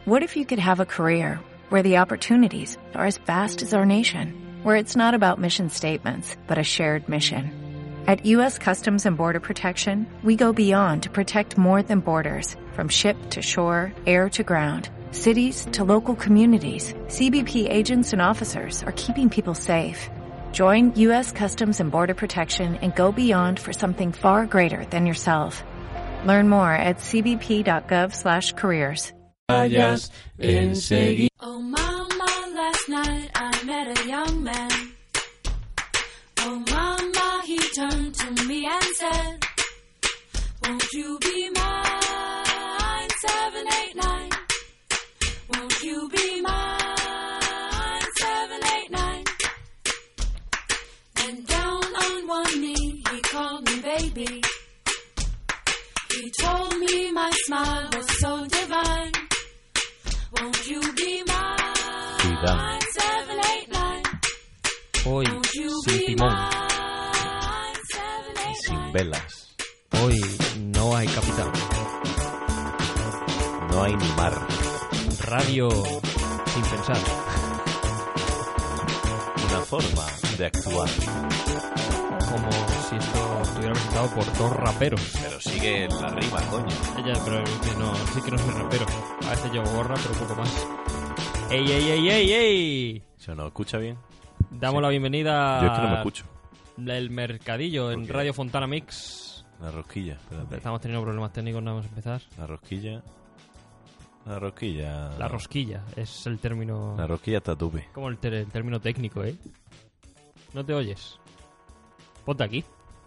What if you could have a career where the opportunities are as vast as our nation, where it's not about mission statements, but a shared mission? At U.S. Customs and Border Protection, we go beyond to protect more than borders, from ship to shore, air to ground, cities to local communities. CBP agents and officers are keeping people safe. Join U.S. Customs and Border Protection and go beyond for something far greater than yourself. Learn more at cbp.gov/careers. Oh mama, last night I met a young man. Oh mama, he turned to me and said, won't you be mine, 789? Won't you be mine, 789? And down on one knee, he called me baby. He told me my smile was so divine. Won't you be mine, 789? Hoy sin timón y sin velas. Hoy no hay capitán. No hay ni mar. Radio sin pensar. Una forma de actuar. Como si esto estuviera presentado por dos raperos. Pero sigue la rima, coño. Pero que no, sí que no soy rapero. A veces llevo gorra, pero poco más. ¡Ey, ey, ey, ey, ey! ¿Se nos escucha bien? Damos la bienvenida Yo es que no me escucho. El mercadillo en Radio Fontana Mix. La rosquilla, espérate. Estamos teniendo problemas técnicos, no vamos a empezar. La rosquilla. La rosquilla. La rosquilla es el término. La rosquilla está a tope. Como el término técnico, ¿eh? ¿No te oyes? Ponte aquí.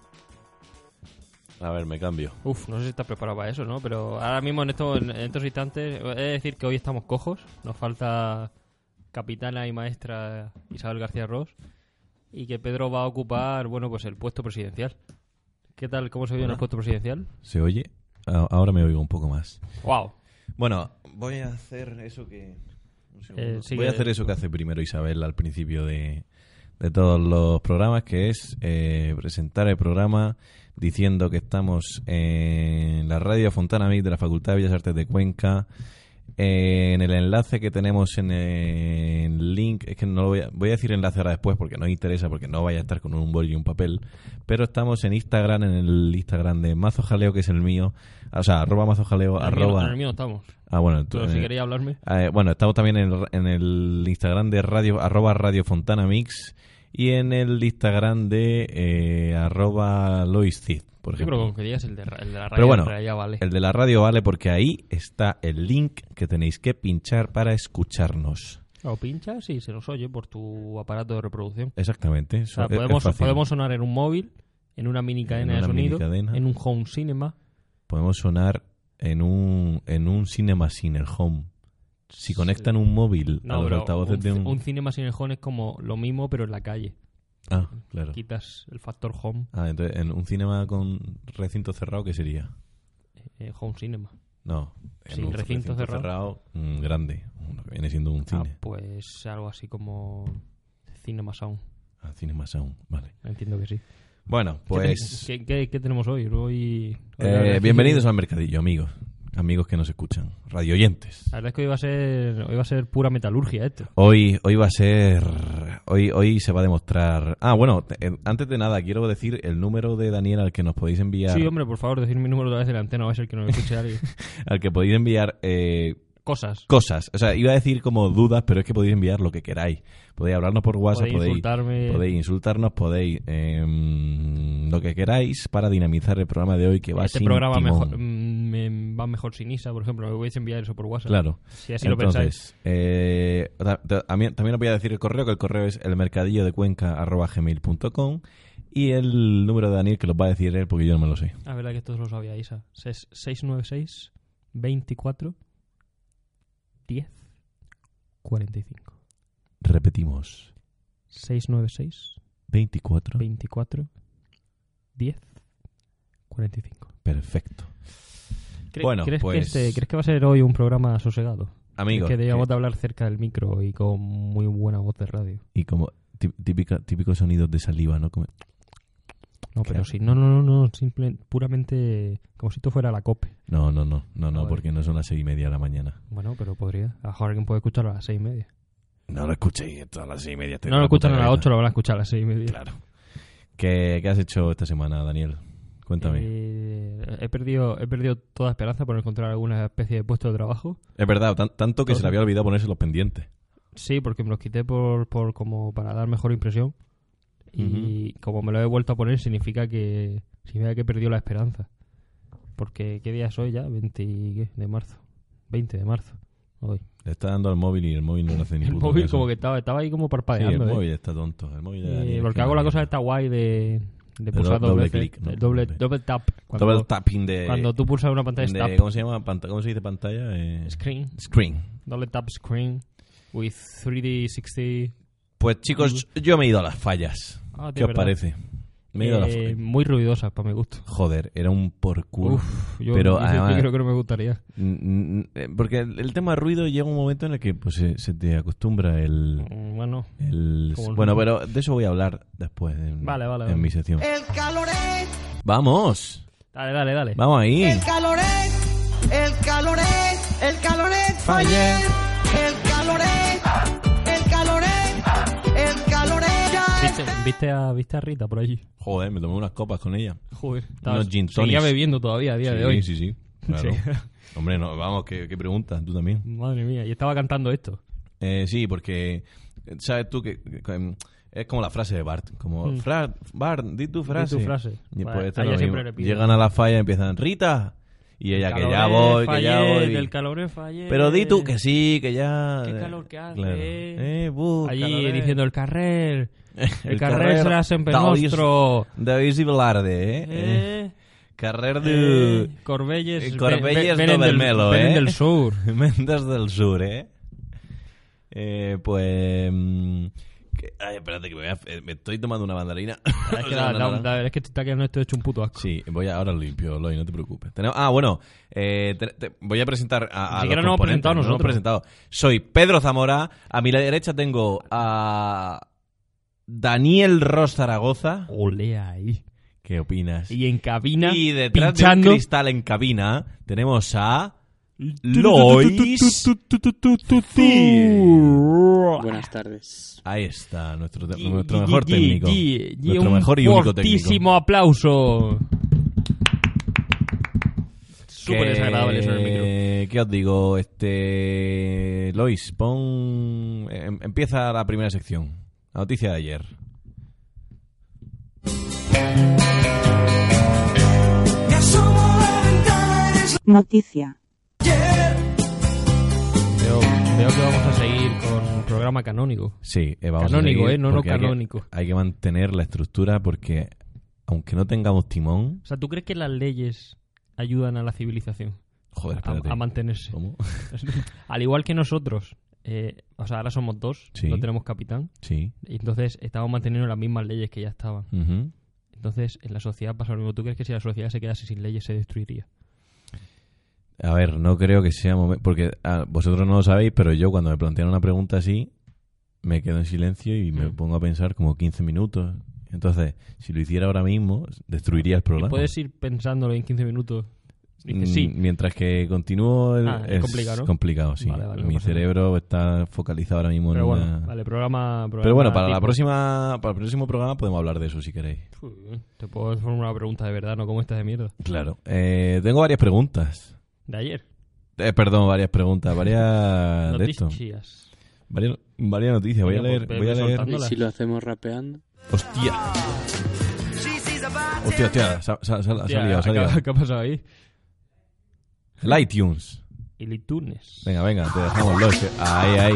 A ver, me cambio. Uf, no sé si estás preparado para eso, ¿no? Pero ahora mismo en estos instantes he de decir que hoy estamos cojos. Nos falta capitana y maestra Isabel García Ros. Y que Pedro va a ocupar, bueno, pues el puesto presidencial. ¿Qué tal? ¿Cómo se oye en el puesto presidencial? ¿Se oye? Ahora me oigo un poco más. ¡Wow! Bueno, voy a hacer eso que... Voy a hacer eso que hace primero Isabel al principio de todos los programas, que es presentar el programa diciendo que estamos en la Radio Fontana Mix de la Facultad de Bellas Artes de Cuenca, en el enlace que tenemos en el link, es que no lo voy a decir enlace ahora después porque no me interesa, porque no vaya a estar con un boli y un papel, pero estamos en Instagram, en el Instagram de Mazo Jaleo, que es el mío, o sea, @mazojaleo, en el mío estamos. Bueno, pero si queréis hablarme. Bueno, estamos también en el Instagram de Radio, @Radio Fontana Mix, y en el Instagram de @LoisCid, por ejemplo. Yo creo que digas el de la radio. Pero bueno, ya vale. el de la radio vale porque ahí está el link que tenéis que pinchar para escucharnos. O pinchas y se nos oye por tu aparato de reproducción. Exactamente. O sea, podemos sonar en un móvil, en una mini cadena de sonido, en un home cinema. Podemos sonar en un cinema sin el home. Si conectan un móvil a los altavoces de un cinema sin el home es como lo mismo, pero en la calle. Ah, claro. Quitas el factor home. Entonces, en un cinema con recinto cerrado, ¿qué sería? Home cinema. No, en sin un recinto cerrado grande, lo que viene siendo un cine. Pues algo así como Cinema Sound. Cinema Sound, vale. Entiendo que sí. Bueno, pues... ¿Qué tenemos hoy? Bienvenidos al mercadillo, amigos. Amigos que nos escuchan, radioyentes. La verdad es que hoy va a ser pura metalurgia esto. Hoy va a ser... Hoy se va a demostrar... bueno, antes de nada, quiero decir el número de Daniel al que nos podéis enviar... Sí, hombre, por favor, decir mi número otra vez de la antena, va a ser que no me escuche alguien. Al que podéis enviar... Cosas. O sea, iba a decir como dudas, pero es que podéis enviar lo que queráis. Podéis hablarnos por WhatsApp, podéis insultarnos, podéis lo que queráis para dinamizar el programa de hoy, que va sin programa timón. va mejor sin Isa, por ejemplo. Me podéis enviar eso por WhatsApp. Claro. Si así entonces, lo pensáis. También os voy a decir el correo, que el correo es elmercadillodecuenca@gmail.com, y el número de Daniel, que lo va a decir él porque yo no me lo sé. La verdad que esto lo sabía Isa. Es 696 24 10 45. Repetimos. 696 24 10 45. Perfecto. ¿Crees que va a ser hoy un programa sosegado? Amigos, que debíamos de hablar cerca del micro y con muy buena voz de radio. Y como típicos sonidos de saliva, ¿no? Como... No, pero sí, no, puramente como si esto fuera la COPE. No, Vale. porque no son las 6:30 de la mañana. Bueno, pero podría. A lo mejor alguien puede escucharlo a las 6:30. No lo escuchéis, esto a las 6:30. No lo escuchan a las 8, lo van a escuchar a las 6:30. Claro. ¿Qué has hecho esta semana, Daniel? Cuéntame. He perdido toda esperanza por encontrar alguna especie de puesto de trabajo. Es verdad, tanto que se le había olvidado ponerse los pendientes. Sí, porque me los quité por como para dar mejor impresión. Y como me lo he vuelto a poner, significa que he perdido la esperanza. Porque, ¿qué día es hoy ya? 20 de marzo. 20 de marzo. Hoy. Le está dando al móvil y el móvil no lo hace ni El puto móvil caso. como que estaba ahí como Sí, parpadeando. el móvil está tonto. El móvil ya Porque hago la cosa esta guay de pulsar doble veces. clic, ¿no? Doble tap. Double tapping de... Cuando tú pulsas una pantalla es tap. ¿Cómo se llama? ¿Cómo se dice pantalla? Screen. Screen. Doble tap screen. With 3D 60. Pues chicos, yo me he ido a las fallas. Ah, ¿Qué os verdad. parece? Me he ido a las fallas. Muy ruidosas para mi gusto. Joder, era un por culo. Uf, yo Pero además, creo que no me gustaría. porque el tema ruido llega un momento en el que pues se te acostumbra el... Bueno, como Bueno, pero de eso voy a hablar después en Vale. mi sección. El caloré, ¡Vamos! dale. ¡Vamos ahí! el caloré, fallé. El caloré, ya. ¿Viste a Rita por allí? Joder, me tomé unas copas con ella. Joder, Unos gin tonics. seguía bebiendo todavía a día de hoy. Sí, claro. Sí. Hombre, no, vamos, ¿qué preguntas? Tú también. Madre mía, y estaba cantando esto. Sí, porque sabes tú que es como la frase de Bart. Como, Bart, di tu frase. Di tu frase. Y Vale, pues esto a es ella lo siempre mismo. le pido. Llegan a la falla y empiezan, Rita. Y ella, que ya voy. El calor fallé. Pero di tú que sí, que ya... Qué calor que hace. Claro. Allí caloré. diciendo el carrer. El carrer carrer será sempre nostro. Davis y Velarde, Carrer de... Corbelles. Corbelles venen no Vermelo, venen del sur. Mendes del sur, pues... Ay, espérate que me estoy tomando una mandarina. Es que te está quedando esto hecho un puto asco. Sí, ahora lo limpio, Eloy, no te preocupes. Voy a presentar a Ni siquiera los nos hemos presentado componentes, no nosotros. hemos presentado. Soy Pedro Zamora, a mi derecha tengo a Daniel Ros Zaragoza. Olea ahí. ¿Qué opinas? Y en cabina, Y detrás pinchando. de un cristal en cabina tenemos a Lois. Buenas tardes. Ahí está, nuestro mejor técnico. Nuestro Un mejor y único técnico. fortísimo aplauso. Súper desagradable eso en el micro. ¿Qué os digo? Lois, empieza la primera sección. La noticia de ayer. Noticia. Veo que vamos a seguir con un programa canónico. Sí, vamos Canónico, a seguir no porque canónico. Hay que mantener la estructura porque, aunque no tengamos timón... O sea, ¿tú crees que las leyes ayudan a la civilización? Joder, espérate. A mantenerse. ¿Cómo? Al igual que nosotros, ahora somos dos, Sí. no tenemos capitán, Sí. y entonces estamos manteniendo las mismas leyes que ya estaban. Ujú. Entonces, en la sociedad pasa lo mismo. ¿Tú crees que si la sociedad se quedase sin leyes se destruiría? A ver, no creo que sea momento... Porque vosotros no lo sabéis, pero yo cuando me plantean una pregunta así, me quedo en silencio y me pongo a pensar como 15 minutos. Entonces, si lo hiciera ahora mismo, destruiría el programa. ¿Puedes ir pensándolo en 15 minutos? Dices, sí. Mientras que continúo es complicado, ¿no? complicado, sí. Vale, no Mi pasa cerebro está focalizado ahora mismo Pero en bueno, una... vale, programa Pero bueno, para tipo. el próximo programa podemos hablar de eso si queréis. Te puedo formular una pregunta de verdad, no como esta de mierda. Claro. Tengo varias preguntas. De ayer. Perdón, varias preguntas, varias de esto. Noticias. Varias noticias. Voy a Venga, leer. pues, Voy a ve leer. soltando. ¿Y si lo hacemos rapeando? Hostia. Hostia. Se ha liado. ¿Qué ha pasado ahí? El iTunes. El iTunes. Venga, te dejamos los. Ahí.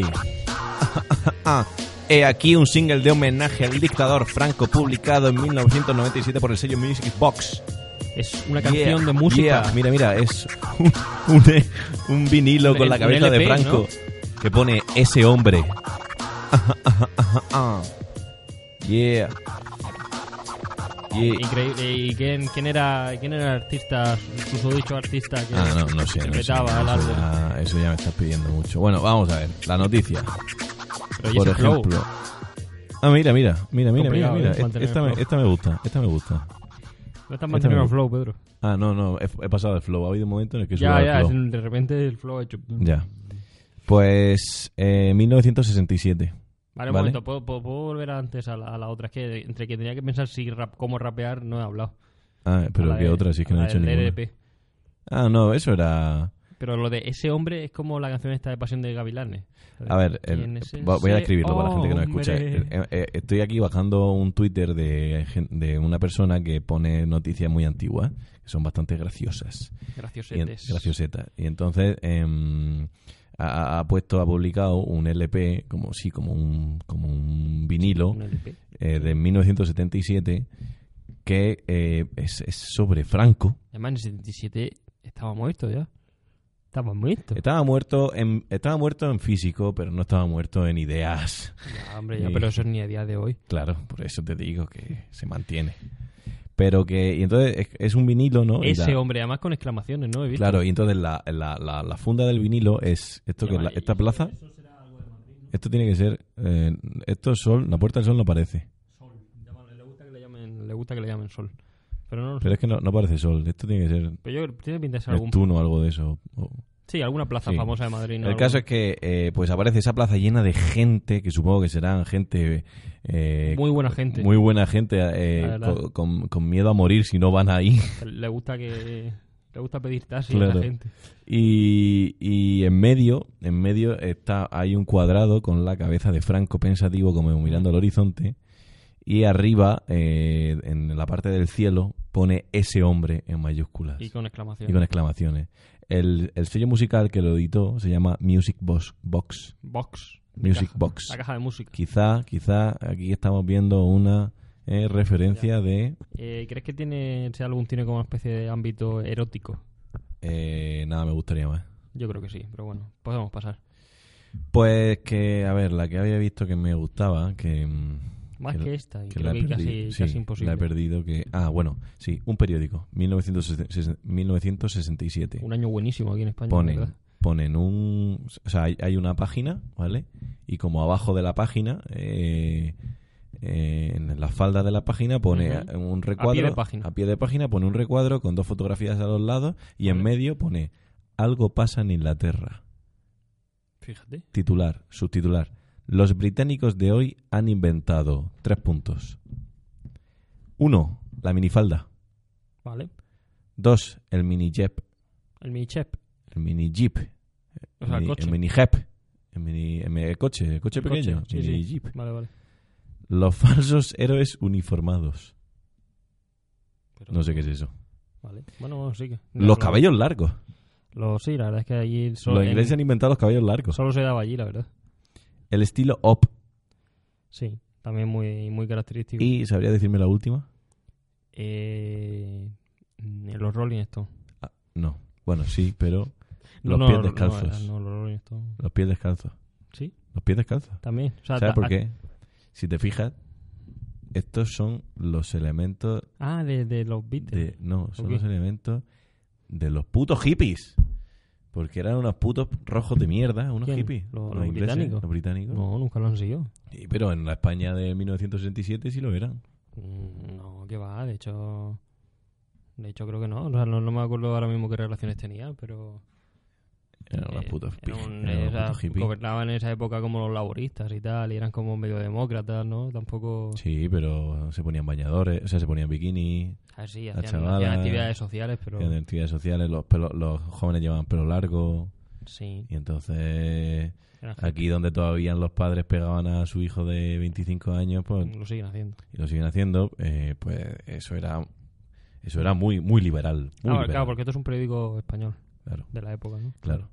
He aquí un single de homenaje al dictador Franco publicado en 1997 por el sello Music Box. Es una canción de música. Mira, es un vinilo con la cabeza LP, de Franco que pone ese hombre. Yeah. Increíble. ¿Y quién era el artista, susodicho artista que No sé. interpretaba el álbum? Eso ya me estás pidiendo mucho. Bueno, vamos a ver. La noticia. Pero ¿y Por ese flow? ejemplo. Mira. Complicado, Esta mantener el flow. me gusta. No estás manteniendo el flow, Pedro. Ah, no, he pasado el flow. Ha habido un momento en el que Ya, el flow. de repente el flow ha hecho... Ya. Pues 1967. Vale, un momento, ¿puedo volver antes a la otra? Es que entre que tenía que pensar cómo rapear, no he hablado. Ah, pero ¿qué otra? Si es que no he hecho ninguna. LDP. Ah, no, eso era... Pero lo de ese hombre es como la canción esta de Pasión de Gavilanes. A ver, voy a describirlo para la gente que no escucha. Estoy aquí bajando un Twitter de una persona que pone noticias muy antiguas, que son bastante graciosas. Graciosetas. Y entonces ha publicado un LP, como un vinilo, Un LP. de 1977, que es sobre Franco. Además, en el 77 estaba muerto ya. Estaba muerto. Estaba muerto en físico, pero no estaba muerto en ideas. Ya, hombre, pero eso es ni a día de hoy. Claro, por eso te digo que se mantiene. Pero que... Y entonces es un vinilo, ¿no? Ese hombre, además con exclamaciones, ¿no? He visto. Claro, y entonces la funda del vinilo es... Esta plaza... Esto tiene que ser... esto es sol, la Puerta del Sol no parece. Sol. Le gusta que le llamen sol. Pero no lo sé. Pero es que no parece sol. Esto tiene que ser... Pero yo tiene pinta de ser algún... Neptuno o algo de eso. Sí, alguna plaza Sí. famosa de Madrid. ¿no? El caso es que pues aparece esa plaza llena de gente, que supongo que serán gente... Muy buena gente. Muy buena gente, La verdad. con miedo a morir si no van ahí. Le gusta pedir taxi Claro. a la gente. Y en medio hay un cuadrado con la cabeza de Franco pensativo como mirando al horizonte, y arriba, en la parte del cielo, pone ese hombre en mayúsculas. Y con exclamaciones. Y con exclamaciones. El sello musical que lo editó se llama Music Box. Box. Music Box. La caja de música. Quizá aquí estamos viendo una referencia de... ¿Crees que tiene como una especie de ámbito erótico? Nada, me gustaría más. Yo creo que sí, pero bueno, podemos pasar. Pues que, a ver, la que había visto que me gustaba, que... Más que esta, y que creo la he que perdido. casi imposible. La he perdido que... Ah, bueno, sí, un periódico, 1967. Un año buenísimo aquí en España, ¿verdad? Ponen un... O sea, hay una página, ¿vale? Y como abajo de la página, en la falda de la página pone un recuadro... A pie de página. Pone un recuadro con dos fotografías a los lados y en medio pone Algo pasa en Inglaterra. Fíjate. Subtitular. Los británicos de hoy han inventado 3 puntos. 1. La minifalda. Vale. 2. El mini jeep. El mini chep. El mini jeep. O sea, el coche. El mini jeep. El coche pequeño. Sí, mini sí. jeep. Vale. Los falsos héroes uniformados. Pero, No sé qué es eso. Vale. Bueno, sí que... Los cabellos largos. Sí, la verdad es que allí... Los ingleses han inventado los cabellos largos. Solo se daba allí, la verdad. El estilo op. Sí, también muy, muy característico. ¿Y sabría decirme la última? Los Rolling Stones. No. Bueno, sí, pero... Los pies descalzos. No, los Rolling Stones. Los pies descalzos. ¿Sí? Los pies descalzos. También. O sea, ¿Sabes por qué? Si te fijas, estos son los elementos... de los Beatles. Son Ok. los elementos de los putos hippies. Porque eran unos putos rojos de mierda, unos ¿Quién? hippies. ¿Los ingleses, británicos? Los británicos. No, nunca lo han seguido. Sí, pero en la España de 1967 sí lo eran. No, que va, de hecho creo que no. O sea, no me acuerdo ahora mismo qué relaciones tenía, pero... Eran unos putos hippies. hippies. Gobernaban en esa época como los laboristas y tal, y eran como medio demócratas, ¿no? Tampoco... Sí, pero se ponían bañadores, o sea, se ponían bikini. Sí, las hacían chavalas, actividades sociales, pero... hacían actividades sociales, los jóvenes llevaban pelo largo. Sí. Y entonces, Eran aquí donde todavía los padres pegaban a su hijo de 25 años, pues... Lo siguen haciendo. Y lo siguen haciendo, pues eso era muy, muy liberal. Muy liberal. Claro, porque esto es un periódico español. Claro. De la época, ¿no? Claro.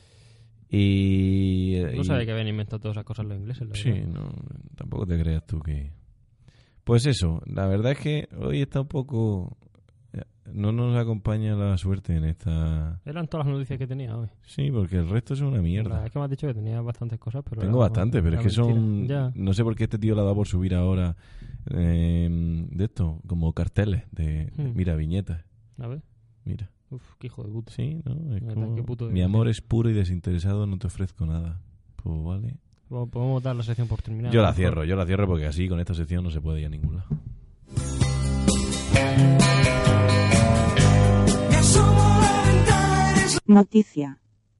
Y... No sabía que habían inventado todas esas cosas los ingleses, la Sí, verdad. no, tampoco te creas tú que... Pues eso, la verdad es que hoy está un poco... No nos acompaña la suerte en esta... Eran todas las noticias que tenía hoy. Sí, porque el resto es una mierda. Es que me has dicho que tenía bastantes cosas, pero... Tengo bastante, pero es que son... Ya. No sé por qué este tío le ha dado por subir ahora de esto, como carteles de... Mira, viñetas. A ver. Mira. Uf, qué hijo de puta. Sí, ¿no? Es Verdad, como, qué puto mi amor es puro y desinteresado, no te ofrezco nada. Pues vale. Podemos dar la sección por terminada. Yo la cierro porque así con esta sección no se puede ir a ningún lado. Noticia.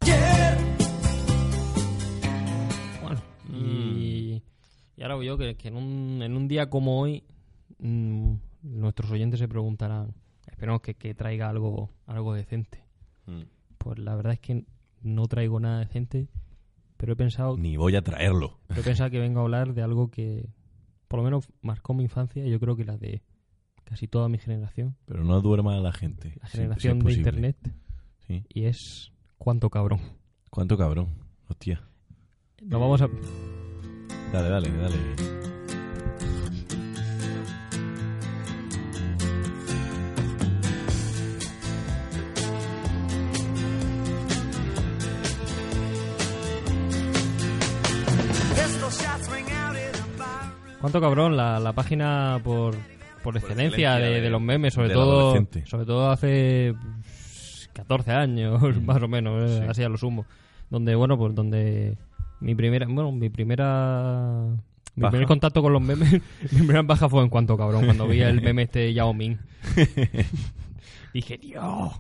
Bueno, y ahora voy yo que en un día como hoy nuestros oyentes se preguntarán, esperemos que traiga algo decente. Pues la verdad es que no traigo nada decente, pero he pensado Ni voy a traerlo. que vengo a hablar de algo que por lo menos marcó mi infancia y yo creo que la de casi toda mi generación, Pero no duerma la gente. la si generación es de posible. internet, Sí. y es cuánto cabrón. ¿Cuánto cabrón? Hostia. Nos vamos a... Dale. ¿Cuánto cabrón? La página por excelencia excelencia de los memes, sobre del todo adolescente. hace 14 años, más o menos, Sí. así a lo sumo. Donde, bueno, pues donde mi primer Baja. contacto con los memes, mi primera baja fue en cuanto cabrón, cuando vi el meme este Yao Ming. Dije, Dios.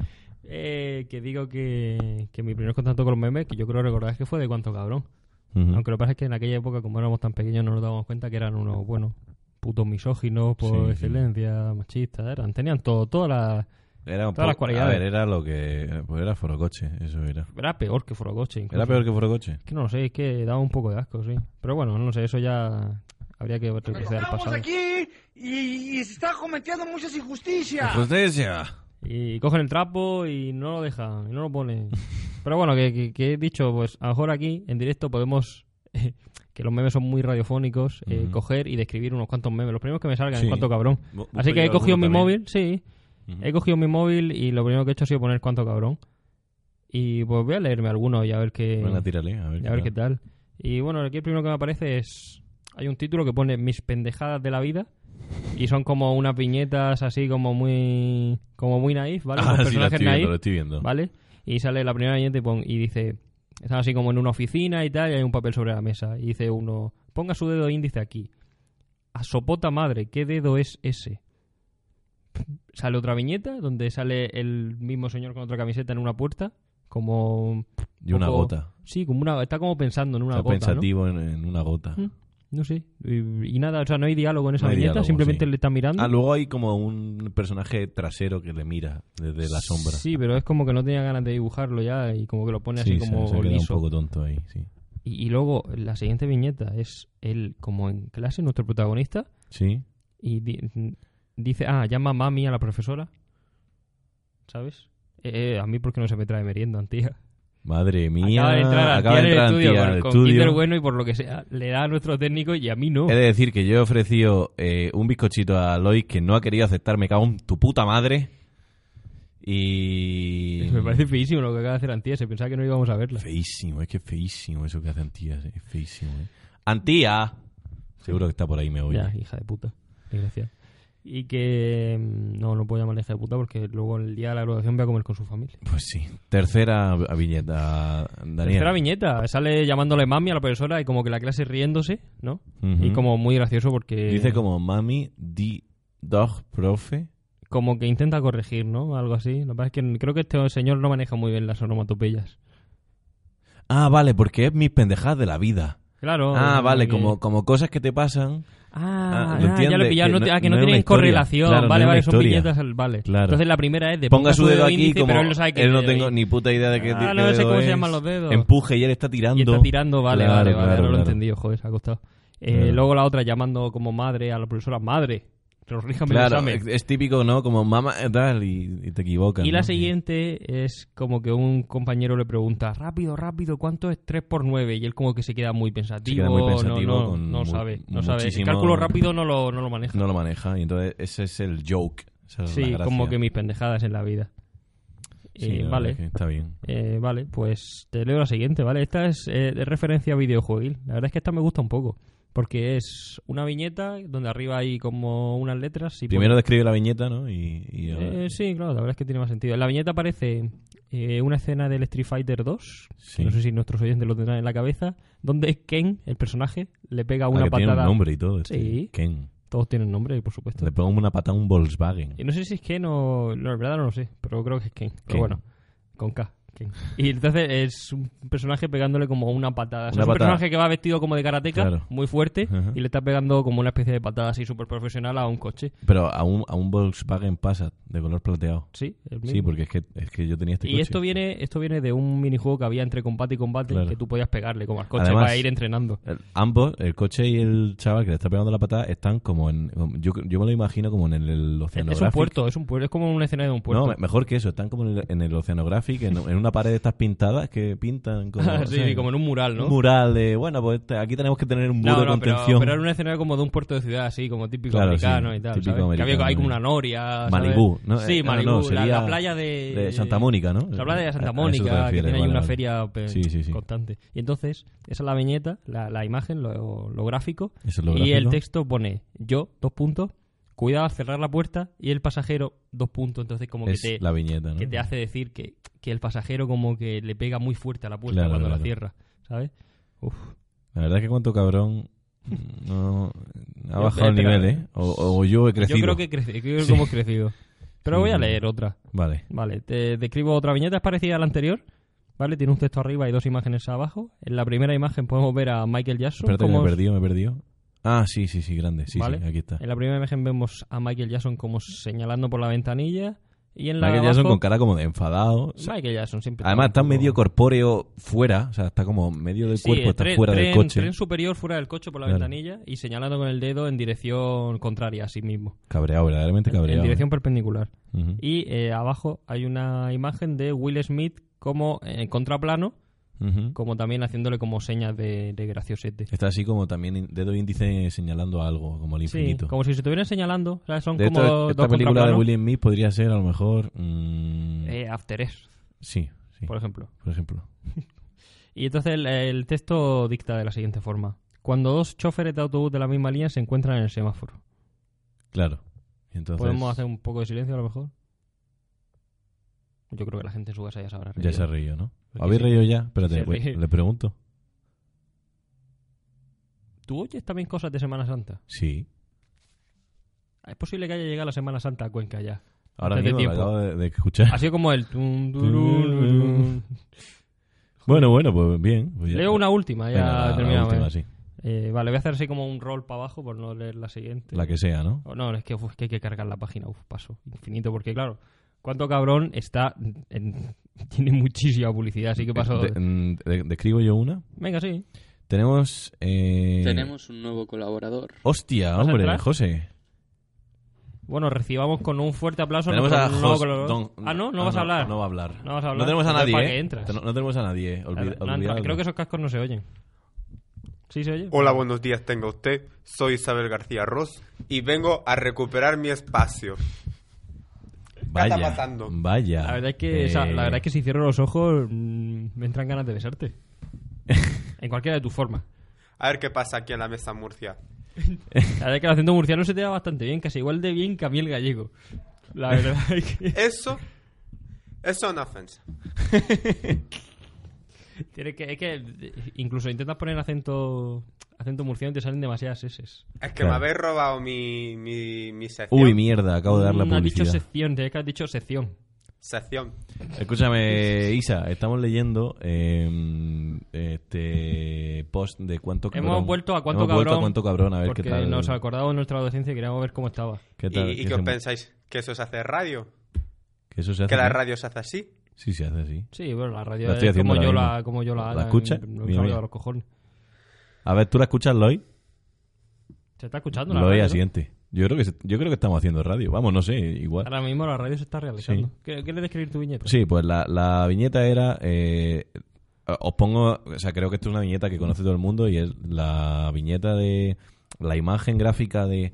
Que digo que mi primer contacto con los memes, que yo creo recordar, es que fue de cuánto cabrón. Ujú. Aunque lo que pasa es que en aquella época, como éramos tan pequeños, no nos dábamos cuenta que eran unos, bueno, putos misóginos por Sí, excelencia, machistas, tenían todas las... Era un Todas las poco- cualidades. A ver, era lo que... Pues era forocoche, eso era. Era peor que Forocoche, incluso. ¿Era peor que forocoche? Es que no lo sé, es que daba un poco de asco, sí. Pero bueno, no sé, eso ya habría que retroceder al Estamos pasado. aquí y se está cometiendo muchas injusticias. ¡Justicia! Y cogen el trapo y no lo dejan, y no lo ponen. Pero bueno, que he dicho, pues a lo mejor aquí, en directo, podemos... que los memes son muy radiofónicos, Ujú. coger y describir unos cuantos memes. Los primeros que me salgan, Sí. en cuanto cabrón. Bu- Así busco que he yo cogido mi alguno móvil, sí. Ujú. He cogido mi móvil y lo primero que he hecho ha sido poner cuánto cabrón. Y pues voy a leerme alguno y a ver qué... Bueno, tírale, a ver, qué tal. Y bueno, aquí el primero que me aparece es... Hay un título que pone Mis pendejadas de la vida. Y son como unas viñetas así como muy naif, ¿vale? Los Ah, sí, lo personajes estoy viendo, naif, lo estoy viendo. ¿vale? Y sale la primera viñeta y dice... Están así como en una oficina y tal, y hay un papel sobre la mesa. Y dice uno, ponga su dedo índice aquí. A sopota madre, ¿qué dedo es ese? Sale otra viñeta donde sale el mismo señor con otra camiseta en una puerta, como... Y una poco- gota. Sí, como una... Está como pensando en una Está gota, ¿no? pensativo en una gota. No sé. Y nada, o sea, no hay diálogo en esa No hay viñeta, diálogo, simplemente sí. le está mirando. Ah, luego hay como un personaje trasero que le mira desde la sombra. Sí, pero es como que no tenía ganas de dibujarlo ya y como que lo pone Sí, así como se queda un liso. poco tonto ahí, sí. Y luego la siguiente viñeta es él como en clase, nuestro protagonista, Sí. y dice, llama mami a la profesora, ¿sabes? A mí porque no se me trae merienda, tía. Madre mía. Acaba de entrar Antía Antía al con estudio. Kinder Bueno y por lo que sea, le da a nuestro técnico y a mí no. He de decir que yo he ofrecido un bizcochito a Lois que no ha querido aceptar. Me cago en tu puta madre. Y... Me parece feísimo lo que acaba de hacer Antía, se pensaba que no íbamos a verla. Feísimo, es que es feísimo eso que hace Antía. Es feísimo, ¡Antía! Seguro que está por ahí, me oye. Ya, hija de puta. Desgraciada. Y que... No puedo llamarle hija de puta porque luego el día de la graduación voy a comer con su familia. Pues sí. Tercera viñeta, Daniel. Tercera viñeta. Sale llamándole mami a la profesora y como que la clase riéndose, ¿no? Ujú. Y como muy gracioso porque... Dice como mami, di, dog, profe. Como que intenta corregir, ¿no? Algo así. Lo que pasa es que creo que este señor no maneja muy bien las onomatopeyas. Ah, vale, porque es mis pendejadas de la vida. Claro. Ah, vale, que- como cosas que te pasan. ¿lo ya lo he entiendes? pillado. Que Que no es una tienen historia. correlación. Claro, no Vale, es una vale, son historia. viñetas. Vale. Claro. Entonces la primera es de Ponga su dedo aquí índice, como pero él no sabe qué él no dedo tengo es. ni puta idea de qué, qué no sé dedo cómo se es. llaman los dedos. Empuje y él está tirando. Y está tirando, vale, Claro, vale, no lo he claro. entendido, joder, se ha costado. Claro. Luego la otra llamando como madre a la profesora, madre, corríjame el Claro, examen. es típico, ¿no? Como mamá tal y te equivocas. Y la ¿no? siguiente es como que un compañero le pregunta, rápido, ¿cuánto es 3 por 9? Y él como que se queda muy pensativo, Se queda muy pensativo no con sabe. El muchísimo- cálculo rápido no lo maneja. No lo maneja y entonces ese es el joke. Esa es la Sí, gracia. como que mis pendejadas en la vida. Sí, la verdad Vale. es que está bien. Vale, pues te leo la siguiente, ¿vale? Esta es de referencia a videojueguil. La verdad es que esta me gusta un poco. Porque es una viñeta donde arriba hay como unas letras. Y Primero pone- describe la viñeta, ¿no? Y ahora- sí, claro, la verdad es que tiene más sentido. En la viñeta aparece una escena del Street Fighter 2. Sí. No sé si nuestros oyentes lo tendrán en la cabeza. Donde Ken, el personaje, le pega una que tiene patada. un nombre y todo. Sí. Ken. Todos tienen nombre, por supuesto. Le pega una patada a un Volkswagen. Y no sé si es Ken o... No, en verdad no lo sé, pero creo que es Ken. Pero Ken. bueno. Con K. Ken. Y entonces es un personaje pegándole como una patada. O sea, Una es un patada. personaje que va vestido como de karateca, Claro. muy fuerte, Ajá. y le está pegando como una especie de patada así súper profesional a un coche. Pero a un Volkswagen Passat de color plateado. Sí, el mismo. Sí, porque es que yo tenía este Y coche. esto viene de un minijuego que había entre combate y combate, Claro. que tú podías pegarle como al coche Además, para ir entrenando. Ambos, el coche y el chaval que le está pegando la patada, están como en... Yo me lo imagino como en el Oceanographic. Es un puerto, es como un escenario de un puerto. No, mejor que eso. Están como en el Oceanographic, en una pared de estas pintadas que pintan como... Sí, sí, como en un mural, ¿no? Un mural de... Bueno, pues aquí tenemos que tener un muro de contención. pero era un escenario como de un puerto de ciudad, así, como típico Claro, americano sí, y tal, típico ¿sabes? Que americano, hay como una noria, ¿sabes? Malibú, ¿no? Sí, No, Malibú, no, sería la playa de Santa Mónica, ¿no? La playa de Santa A eso te Mónica, que refieres, tiene ahí vale, una vale. feria Sí. constante. Y entonces, esa es la viñeta, la imagen, lo gráfico, Eso es lo y el gráfico. texto pone yo, 2 puntos, cuidado al cerrar la puerta, y el pasajero, 2 puntos. Entonces como Es que la viñeta, ¿no? te hace decir que el pasajero como que le pega muy fuerte a la puerta Claro, cuando la claro. cierra, ¿sabes? Uf. La verdad es que cuánto cabrón... No, ha Yo- bajado el espera. nivel, ¿eh? O yo he crecido. Yo creo que creo Sí. que hemos crecido. Pero Sí, voy a sí. leer otra. Vale. Vale, te describo otra viñeta, es parecida a la anterior. ¿Vale? Tiene un texto arriba y 2 imágenes abajo. En la primera imagen podemos ver a Michael Jackson. Espérate que como me he perdido. Ah, sí, grande. Sí, ¿Vale? sí, aquí está. En la primera imagen vemos a Michael Jackson como señalando por la ventanilla. Y en la Michael de Jackson abajo, con cara como de enfadado. O sea, Michael Jackson siempre además está un poco- medio corpóreo fuera. O sea, está como medio del Sí, cuerpo, está tren- fuera del tren- coche. Tren superior fuera del coche por la Claro. ventanilla y señalando con el dedo en dirección contraria a sí mismo. Cabreado, verdaderamente cabreado. En dirección perpendicular. Ujú. Y abajo hay una imagen de Will Smith como en contraplano, Ujú. como también haciéndole como señas de graciosete. Está así como también dedo índice señalando algo, como el Sí, infinito. como si se estuvieran señalando. ¿Sabes? Son De como esta dos película de contraplanos. Will Smith podría ser a lo mejor... After Earth, sí, por ejemplo. por ejemplo. Y entonces el texto dicta de la siguiente forma. Cuando 2 choferes de autobús de la misma línea se encuentran en el semáforo. Claro. Y entonces, ¿Podemos hacer un poco de silencio a lo mejor? Yo creo que la gente en su casa ya sabrá. ya se ha reído, ¿no? Porque ¿Habéis sí. reído ya? Espérate, Se pues, ríe. le pregunto. ¿Tú oyes también cosas de Semana Santa? Sí. Es posible que haya llegado la Semana Santa a Cuenca ya. Ahora Antes de mismo lo tiempo. acabo de escuchar. Ha sido como el... tum, turun, turun. Bueno, pues bien. Pues ya Leo está. una última, ya Venga, la terminamos. última, sí. Vale, voy a hacer así como un roll para abajo por no leer la siguiente. La que sea, ¿no? Oh, no, es que hay que cargar la página. Paso infinito, porque claro, cuánto cabrón está... tiene muchísima publicidad, así que paso... ¿Describo yo una? Venga, sí. Tenemos... Tenemos un nuevo colaborador. Hostia, ¿Vas a hombre, entrar? José. Bueno, recibamos con un fuerte aplauso. Tenemos nuestro a nuevo Jos- colaborador. No vas a hablar. No va a hablar. No vas a hablar. No tenemos a Entonces, nadie, ¿para ¿eh? qué entras? No tenemos a nadie. No entra. Olvidadlo. Creo que esos cascos no se oyen. ¿Sí se oye? Hola, buenos días tenga usted. Soy Isabel García Ross y vengo a recuperar mi espacio. Vaya, está pasando? Vaya. La verdad es que si cierro los ojos me entran ganas de besarte. En cualquiera de tus formas. A ver qué pasa aquí en la mesa Murcia. La verdad es que el acento murciano se te da bastante bien, casi igual de bien que a mí el gallego. La verdad es que... Eso es una ofensa. Es que incluso intentas poner acento murciano y te salen demasiadas eses. Es que Claro. me habéis robado mi sección. Uy, mierda, acabo de dar la No has dicho publicidad. sección, tienes que has dicho sección. Sección. Escúchame, Isa, estamos leyendo este post de cuánto cabrón. Hemos vuelto a Cuánto Hemos vuelto Cabrón, a cuánto cabrón, a ver Porque qué tal. nos acordamos de nuestra adolescencia y queríamos ver cómo estaba. ¿Qué tal? ¿Y qué os pensáis? ¿Que eso se hace radio? ¿Que eso se hace? ¿Que la así? radio se hace así? Sí, se hace así. Sí, bueno, la radio La estoy es haciendo como ahora mismo. como yo la haga. ¿La escuchas? No Mira, mira. de los cojones. A ver, ¿tú la escuchas, Loy? ¿Se está escuchando la Loy radio? ¿no? asiente. Yo creo que estamos haciendo radio. Vamos, no sé, igual. Ahora mismo la radio se está realizando. Sí. ¿Quieres describir tu viñeta? Sí, pues la viñeta era... os pongo... O sea, creo que esto es una viñeta que conoce todo el mundo y es la viñeta de... La imagen gráfica de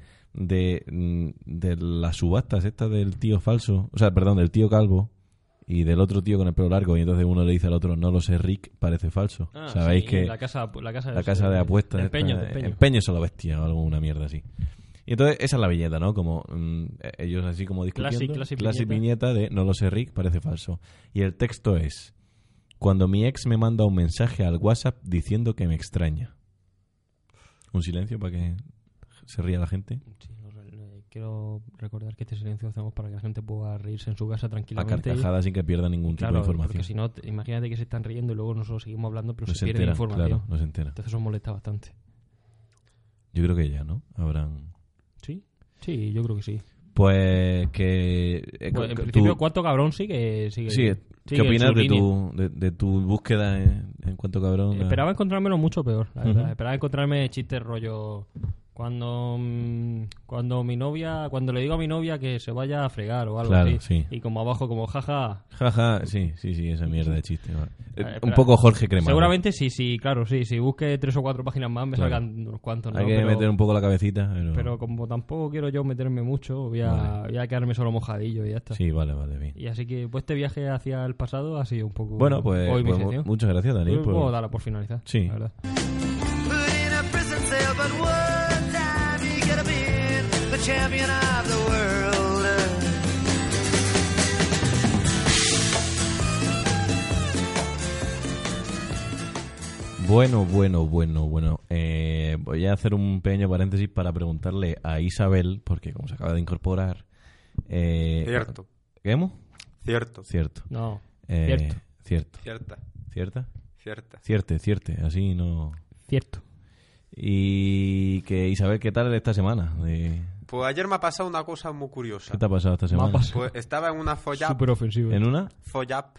las subastas estas del tío falso. O sea, perdón, del tío calvo y del otro tío con el pelo largo. Y entonces uno le dice al otro, no lo sé, Rick, parece falso. Ah, Sabéis sí, que... La casa de apuestas. Empeño, esta, empeño. Empeños a la bestia o algo, una mierda así. Y entonces esa es la viñeta, ¿no? Como ellos así como discutiendo. Classic viñeta de no lo sé, Rick, parece falso. Y el texto es: cuando mi ex me manda un mensaje al WhatsApp diciendo que me extraña. Un silencio para que se ría la gente. Sí, quiero recordar que este silencio lo hacemos para que la gente pueda reírse en su casa A tranquilamente. carcajadas sin que pierda ningún tipo de Claro, información. porque si no, imagínate que se están riendo y luego nosotros seguimos hablando, pero No se se pierde entera, información. claro, no se entera. Entonces eso molesta bastante. Yo creo que ya, ¿no? Habrán... ¿Sí? Sí, yo creo que sí. Pues que... Pues, en tú- principio, ¿cuánto cabrón sigue? Sí, sigue ¿qué opinas su de línea. de tu búsqueda en cuanto cabrón? Esperaba encontrármelo mucho peor, la verdad. Ujú. Esperaba encontrarme chistes rollo... Cuando mi novia... Cuando le digo a mi novia que se vaya a fregar o algo Claro, así. sí. Y como abajo, como jaja... Jaja, sí, esa mierda de chiste. Vale. Un espera. poco Jorge Cremades. Seguramente sí, claro, sí. Si busque 3 o 4 páginas más me Claro. salgan unos cuantos, ¿no? Hay que Pero- meter un poco la cabecita. Pero como tampoco quiero yo meterme mucho, voy a quedarme solo mojadillo y ya está. Sí, vale, bien. Y así que pues este viaje hacia el pasado ha sido un poco... Bueno, pues, hoy mi pues sección. muchas gracias, Dani. Pues puedo darla por finalizar. Sí. La verdad. Bueno. Voy a hacer un pequeño paréntesis para preguntarle a Isabel, porque como se acaba de incorporar... Cierto. ¿Qué hemos? Cierto. Cierto. No, Cierto. Cierta. ¿Cierta? Cierta. Cierte. Así no... cierto. Y que Isabel, ¿qué tal esta semana? Pues ayer me ha pasado una cosa muy curiosa. ¿Qué te ha pasado esta semana? Pues estaba en una follap. Súper ofensivo. ¿En una? Follap.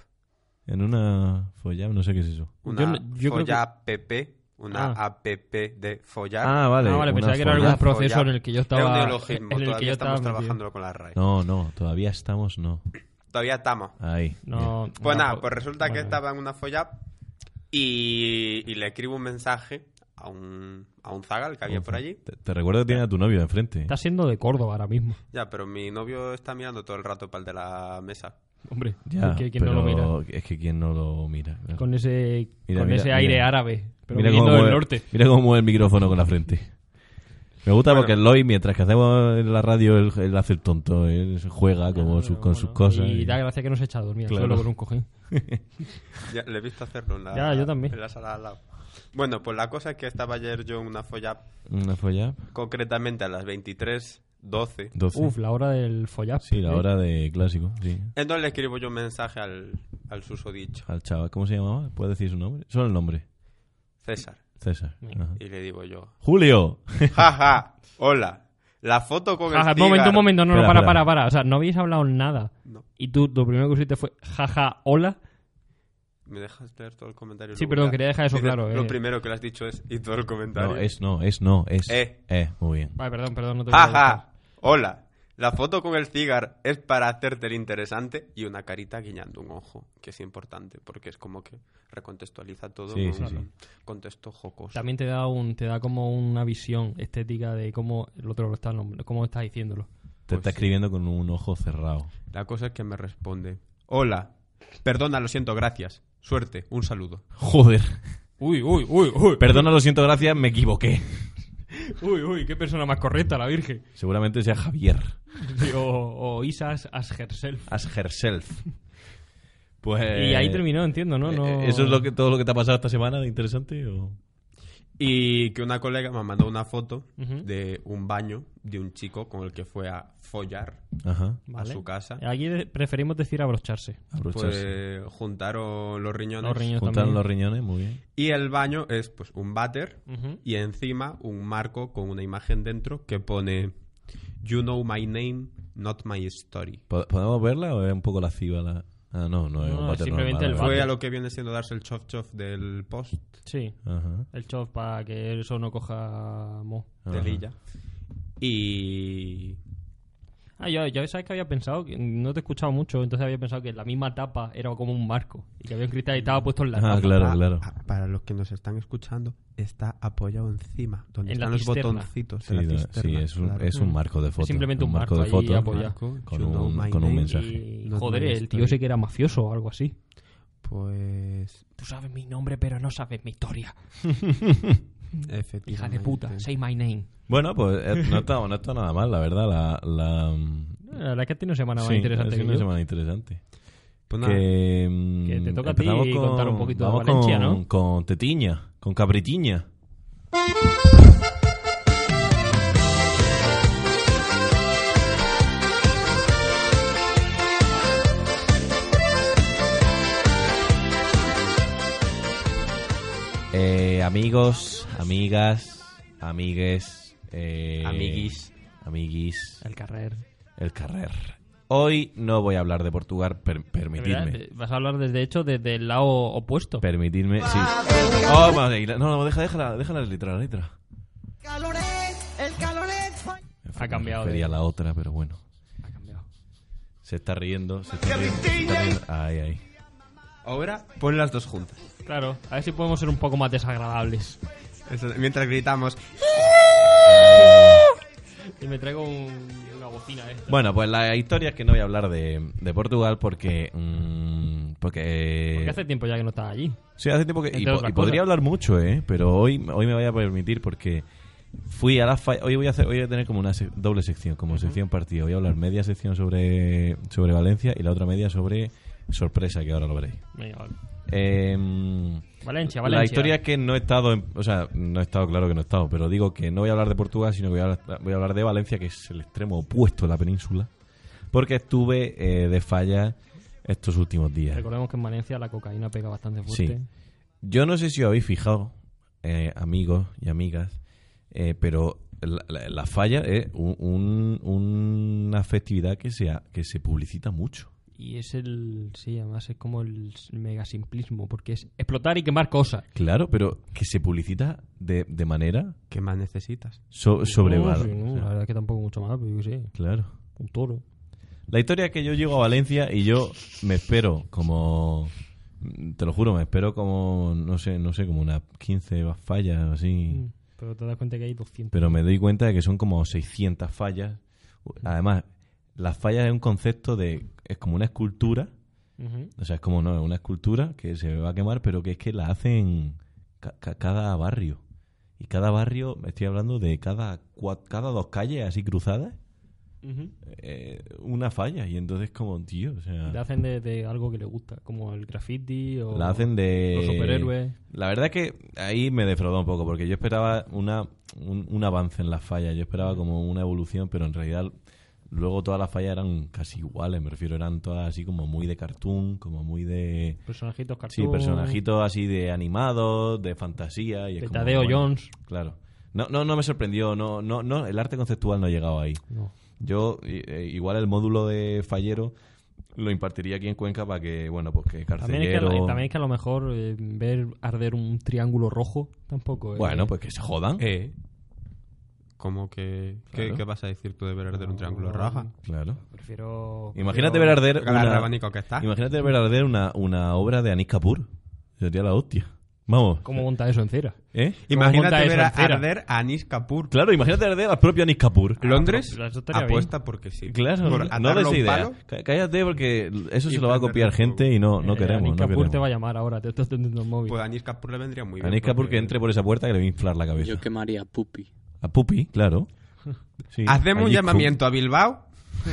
Follab, no sé qué es eso. Una yo creo que- follap PP. Una app de follar. Ah, vale. Vale, una pensaba que era follab. algún proceso Follap. en el que yo Es un estaba... neologismo. en el que Todavía yo estamos estaba metido. trabajándolo con la RAE. No, todavía estamos, no. Todavía estamos. Ahí. No, Pues no, nada, pues resulta que vale. estaba en una follap y le escribo un mensaje a un zagal que había por allí. Te recuerdo que tiene a tu novio enfrente. Está siendo de Córdoba ahora mismo. Ya, pero mi novio está mirando todo el rato para el de la mesa. Hombre, Ya, ¿quién no lo pero mira? es que quien no lo mira. Claro. Con ese, Mira, con mira, ese aire mira. árabe. Pero Mira viniendo cómo del mueve- norte. Mira cómo mueve el micrófono con la frente. Me gusta Bueno. porque el Loy, mientras que hacemos en la radio, él hace el tonto. Él juega como con sus cosas. Y da gracia que no se echa a dormir al Claro. suelo con un cojín. Ya, le he visto hacerlo en la, Ya, yo también. en la sala al lado. Bueno, pues la cosa es que estaba ayer yo en una follap, Una follab. concretamente a las 23:12. 12. Uf, la hora del follap. Sí, la hora de clásico. Sí. Entonces le escribo yo un mensaje al susodicho, Al chaval. ¿Cómo se llamaba? ¿Puedes decir su nombre? Solo el nombre. César. César. Ajá. Y le digo yo, Julio. jaja, hola, la foto con Jaja, el un cigar. momento. No, Espera, espera. para. O sea, no habéis hablado nada. No. Y tú lo primero que hiciste fue jaja, hola. ¿Me dejas leer todo el comentario? Sí, Luego perdón, ya? quería dejar eso Dice, claro. Lo primero que le has dicho es y todo el comentario. No, es. Muy bien. Vale, perdón, no te voy a Jaja, hola. La foto con el cigar es para hacerte el interesante y una carita guiñando un ojo, que es importante porque es como que recontextualiza todo Sí, en sí, un sí. contexto jocoso. También te da como una visión estética de cómo el otro lo está cómo estás diciéndolo. Te Pues está sí. escribiendo con un ojo cerrado. La cosa es que me responde, hola, perdona, lo siento, gracias, suerte, un saludo. Joder. Uy. Perdona, lo siento, gracias, me equivoqué. Uy, qué persona más correcta, la Virgen. Seguramente sea Javier. Sí, o Isas as herself. As herself. Pues... Y ahí terminó, entiendo, ¿no? No- ¿Eso es todo lo que te ha pasado esta semana de interesante? ¿O? Y que una colega me mandó una foto Ujú. de un baño de un chico con el que fue a follar Ajá. Vale. a su casa. Aquí preferimos decir abrocharse. Abrocharse. Pues juntaron los riñones. Los riñones Juntaron también. los riñones, muy bien. Y el baño es pues un váter Ujú. y encima un marco con una imagen dentro que pone You know my name, not my story. ¿Podemos verla o es un poco lasciva la...? Ah, no es No, un váter simplemente normal, el vale. Fue a lo que viene siendo darse el chof chof del post Sí, Ajá. el chof para que eso no coja mo. de Ajá. Lilla. Y Yo sabes que había pensado, que no te he escuchado mucho, entonces había pensado que la misma tapa era como un marco y que había un cristal y estaba puesto en la Ah, tapa. claro. para los que nos están escuchando, está apoyado encima, donde En la están los cisterna. botoncitos Sí, de la sí, cisterna. es un marco de foto. simplemente un marco de ahí foto apoyado. con You know un my con un name. mensaje. Y Not joder, my el tío story. ese que era mafioso o algo así. Pues Tú sabes mi nombre, pero no sabes mi historia. efectivamente. Hija de puta, say my name. Bueno, pues no está nada mal, la verdad. La verdad es que ha tenido una semana más Sí, interesante es que una yo. semana interesante. Pues nada, Que te toca a ti empezamos contar un poquito de vamos Valencia, ¿no? Con Tetiña, con Cabritiña. Amigos, amigas, amigues, amiguis. El carrer. El carrer. Hoy no voy a hablar de Portugal, permitidme. Vas a hablar, desde el lado opuesto. Permitidme, sí. Oh, no, déjala la letra, El caloret. Ha cambiado. Prefería la otra, pero bueno. Ha cambiado. Se está riendo. Ahí. Ahora pon las dos juntas. Claro, a ver si podemos ser un poco más desagradables. Eso, mientras gritamos. Y me traigo una bocina esta. Bueno, pues la historia es que no voy a hablar de Portugal porque hace tiempo ya que no estás allí. Sí, hace tiempo que... Entre Y otras podría cosas. hablar mucho, pero hoy me voy a permitir porque fui a la falla... Hoy voy a tener como una doble sección, como sección partida. Voy a hablar media sección sobre Valencia y la otra media sobre sorpresa, que ahora lo veréis. Venga, vale. Valencia. Valencia. La historia es que no he estado, no he estado, claro que no he estado, pero digo que no voy a hablar de Portugal, sino que voy a hablar de Valencia, que es el extremo opuesto de la península, porque estuve de falla estos últimos días. Recordemos que en Valencia la cocaína pega bastante fuerte. Sí. Yo no sé si os habéis fijado, amigos y amigas, pero la falla es una festividad que se publicita mucho. Y sí, además es como el mega simplismo, porque es explotar y quemar cosas. Claro, pero que se publicita de manera... ¿Qué más necesitas? Sobrevalorada. No, la verdad es que tampoco mucho más, pero yo qué sé. Claro. Un toro. La historia es que yo llego a Valencia y yo me espero como... Te lo juro, me espero como... No sé, como unas 15 fallas así. Pero te das cuenta que hay 200. Pero me doy cuenta de que son como 600 fallas. Además, las fallas es un concepto de... Es como una escultura. O sea, es como una escultura que se va a quemar, pero que es que la hacen cada barrio. Y cada barrio, estoy hablando de cada 2 calles así cruzadas, una falla. Y entonces como, tío, o sea... La hacen de algo que le gusta, como el graffiti o la hacen de... los superhéroes. La verdad es que ahí me defraudó un poco, porque yo esperaba un avance en las fallas. Yo esperaba como una evolución, pero en realidad... Luego todas las fallas eran casi iguales, me refiero, eran todas así como muy de cartoon, como muy de... Personajitos cartoon. Sí, personajitos así de animados, de fantasía. Y de es como, Tadeo Jones. Claro. No me sorprendió, no, el arte conceptual no ha llegado ahí. No. Yo, igual el módulo de fallero lo impartiría aquí en Cuenca para que, bueno, pues que carcelero... También es que a lo mejor ver arder un triángulo rojo tampoco... Bueno, pues que se jodan. ¿Cómo que... Claro. ¿Qué vas a decir tú de ver arder un triángulo roja? Claro. Prefiero... Imagínate ver arder Imagínate ver arder una obra de Anish Kapoor. Sería la hostia. Vamos. ¿Cómo monta eso en cera? Imagínate ver arder a Anish Kapoor. Claro, imagínate arder al propio Anish Kapoor. Londres apuesta porque sí. Claro, por no des un idea. palo. Cállate porque eso se lo va a copiar prenderle gente y no queremos. Anish Kapoor te va a llamar ahora, te estás teniendo el móvil. Pues a Anish Kapoor le vendría muy bien. Anish Kapoor que entre por esa puerta que le va a inflar la cabeza. Yo quemaría a Pupi. A Pupi, claro. Sí, hacemos un allí llamamiento a Bilbao.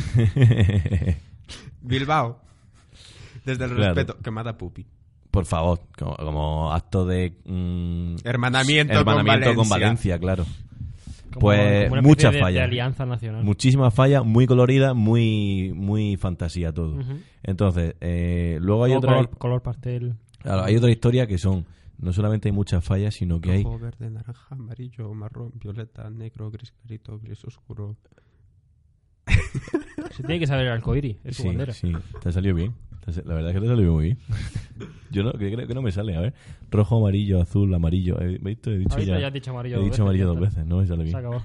Bilbao. Desde el Claro. respeto, que mata a Pupi. Por favor, como acto de... Hermanamiento con Valencia, claro. Como Pues una especie muchas de fallas. alianza nacional. Muchísimas fallas, muy coloridas, muy fantasía todo. Entonces, luego hay otra... color pastel. Claro, hay otra historia que son... No solamente hay muchas fallas, sino que hay... Rojo, verde, naranja, amarillo, marrón, violeta, negro, gris clarito, gris oscuro. Se tiene que saber el arcoíris, es su bandera. Sí, te ha salido bien. La verdad es que te ha salido muy bien. Yo creo que no me sale. A ver, rojo, amarillo, azul, amarillo. He dicho Ahorita ya. ya has dicho amarillo He dos dicho veces, amarillo ya dos está. veces, no me sale Se bien. acabó.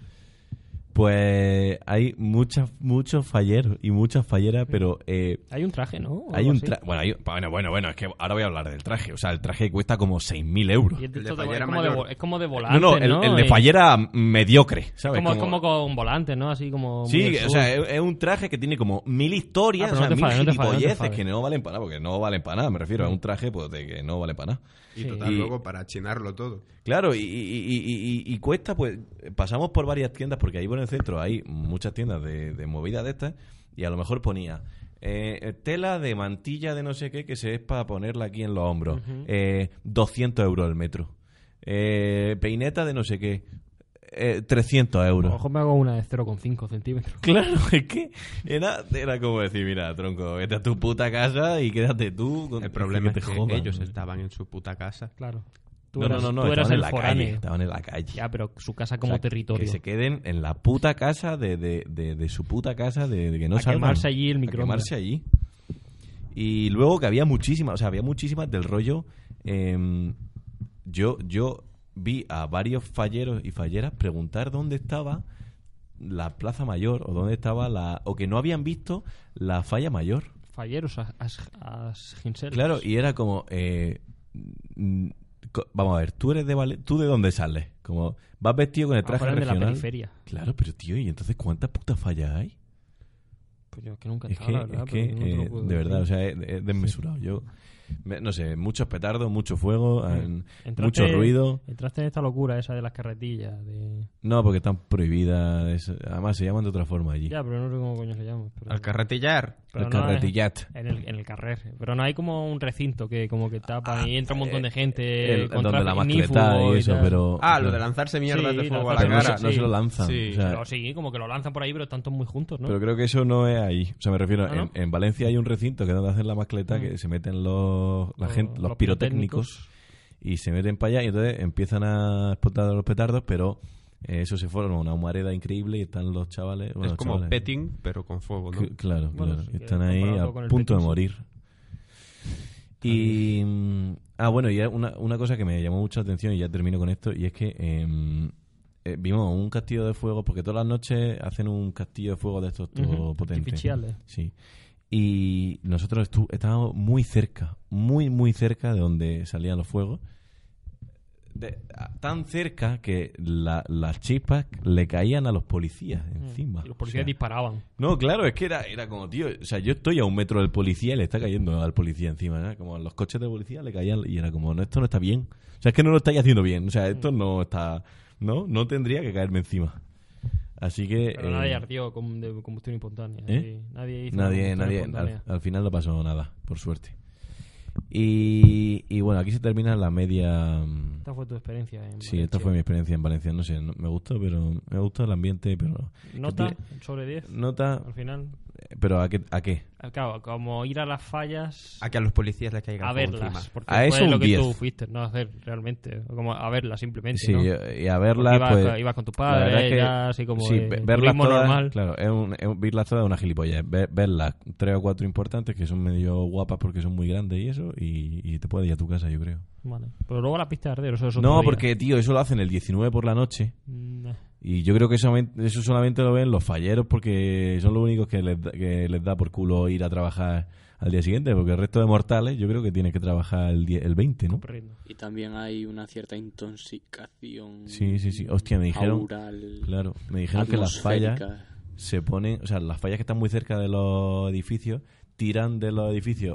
Pues hay muchos falleros y muchas falleras, pero... Hay un traje, ¿no? O hay algo un así. traje... Bueno, es que ahora voy a hablar del traje. O sea, el traje cuesta como 6.000 euros. Y es, de El de esto fallera es como mayor. es como de volante, No, el de fallera mediocre, ¿sabes? Como con volantes, ¿no? Así como... muy Sí, del o sur. sea, es un traje que tiene como 1000 historias, pero o sea, no te 1000 enfades, no te gilipolleces enfades. que no valen para nada, porque no valen para nada, me refiero a un traje pues de que no vale para nada. Y Sí. total, Y- luego para chinarlo todo. Claro, y cuesta, pues, pasamos por varias tiendas, porque ahí por el centro hay muchas tiendas de movidas de estas, y a lo mejor ponía tela de mantilla de no sé qué, que se es para ponerla aquí en los hombros, 200 euros el metro, peineta de no sé qué, 300 A lo euros. mejor me hago una de 0,5 centímetros. Claro, es que era como decir, mira, tronco, vete a tu puta casa y quédate tú. El problema que es te que jodan. ellos estaban en su puta casa. Claro. Tú No, eras estaban el en la calle. foráneo. Estaban en la calle. Ya, pero su casa como O sea, territorio. Que se queden en la puta casa de su puta casa, de que no A salgan. quemarse allí el A microondas. quemarse allí. Y luego que había muchísimas del rollo. Yo vi a varios falleros y falleras preguntar dónde estaba la Plaza Mayor o dónde estaba o que no habían visto la falla mayor. Falleros, Asginseros. Claro, y era como vamos a ver, tú eres ¿tú de dónde sales? Como vas vestido con el traje de la regional. periferia. Claro, pero tío, ¿y entonces cuántas putas fallas hay? Pues yo es que nunca he Es estado, que, la verdad. es que pero no te lo puedo de verdad, o decir. sea, es desmesurado. Yo no sé, muchos petardos, mucho fuego, Entraste- mucho ruido. Entraste en esta locura esa de las carretillas. No, porque están prohibidas. Además, se llaman de otra forma allí. Ya, pero no sé cómo coño se llama. Pero... Al carretillar. Pero El no carretillat. En el carrer. Pero no hay como un recinto que como que tapa y entra un montón de gente. con donde la traje mascleta ignífugo y eso, tal. pero... Lo de lanzarse mierdas Sí, de fuego a lanzarse- la Pero cara. no se lo lanzan. Sí. O sea, Pero sí, como que lo lanzan por ahí, pero están todos muy juntos, ¿no? pero creo que eso no es ahí. O sea, me refiero, ¿Ah, no? en Valencia hay un recinto que es donde hacen la mascleta, que se meten los Los pirotécnicos y se meten para allá y entonces empiezan a explotar los petardos, pero eso se forma una humareda increíble y están los chavales... Bueno, Es como chavales, petting, pero con fuego, ¿no? Claro, Bueno, claro. sí, Están que ahí comparado a con el punto de petting, sí. morir. Y... bueno, y una cosa que me llamó mucha atención, y ya termino con esto, y es que vimos un castillo de fuego, porque todas las noches hacen un castillo de fuego de estos todo potentes. Artificiales. Sí. Y nosotros estábamos muy cerca, muy cerca de donde salían los fuegos. Tan cerca que las chispas le caían a los policías encima. Y los policías O sea, disparaban. no, claro, es que era como, tío, o sea, yo estoy a 1 metro del policía y le está cayendo al policía encima, ¿no? Como los coches de policía le caían y era como, no, esto no está bien. O sea, es que no lo estáis haciendo bien. O sea, esto no está, no tendría que caerme encima. Así que... Pero nadie ardió de combustión espontánea. ¿Eh? Sí, nadie hizo Nadie, combustión espontánea. al final no pasó nada, por suerte. Y bueno, aquí se termina la media... Esta fue tu experiencia en Sí, esta Valencia. fue mi experiencia en Valencia. No sé, me gustó, pero me gustó el ambiente, pero... ¿Nota sobre 10 Nota, al final? pero ¿a qué? Claro, como ir a las fallas A que a los policías les caiga a el fuego verlas. encima. Porque A fue eso un lo que 10. tú fuiste, no a hacer realmente. Como a verlas simplemente, Sí, ¿no? y a verla, Porque pues... ibas con tus la verdad padres, es que ya así como sí, de verlas turismo todas, normal. claro, verlas todas es una gilipollez. Verlas 3 o 4 importantes que son medio guapas porque son muy grandes y eso, y te puedes ir a tu casa, yo creo. Vale. Pero luego la pista de ardero, eso es otro No, día. porque, tío, eso lo hacen el 19 por la noche. Y yo creo que eso solamente lo ven los falleros porque son los únicos que les da por culo ir a trabajar al día siguiente, porque el resto de mortales yo creo que tienen que trabajar el 20, ¿no? Y también hay una cierta intoxicación. Sí. Hostia, me dijeron... aural, Claro, me dijeron que las fallas atmosférica. se ponen... O sea, las fallas que están muy cerca de los edificios tiran de los edificios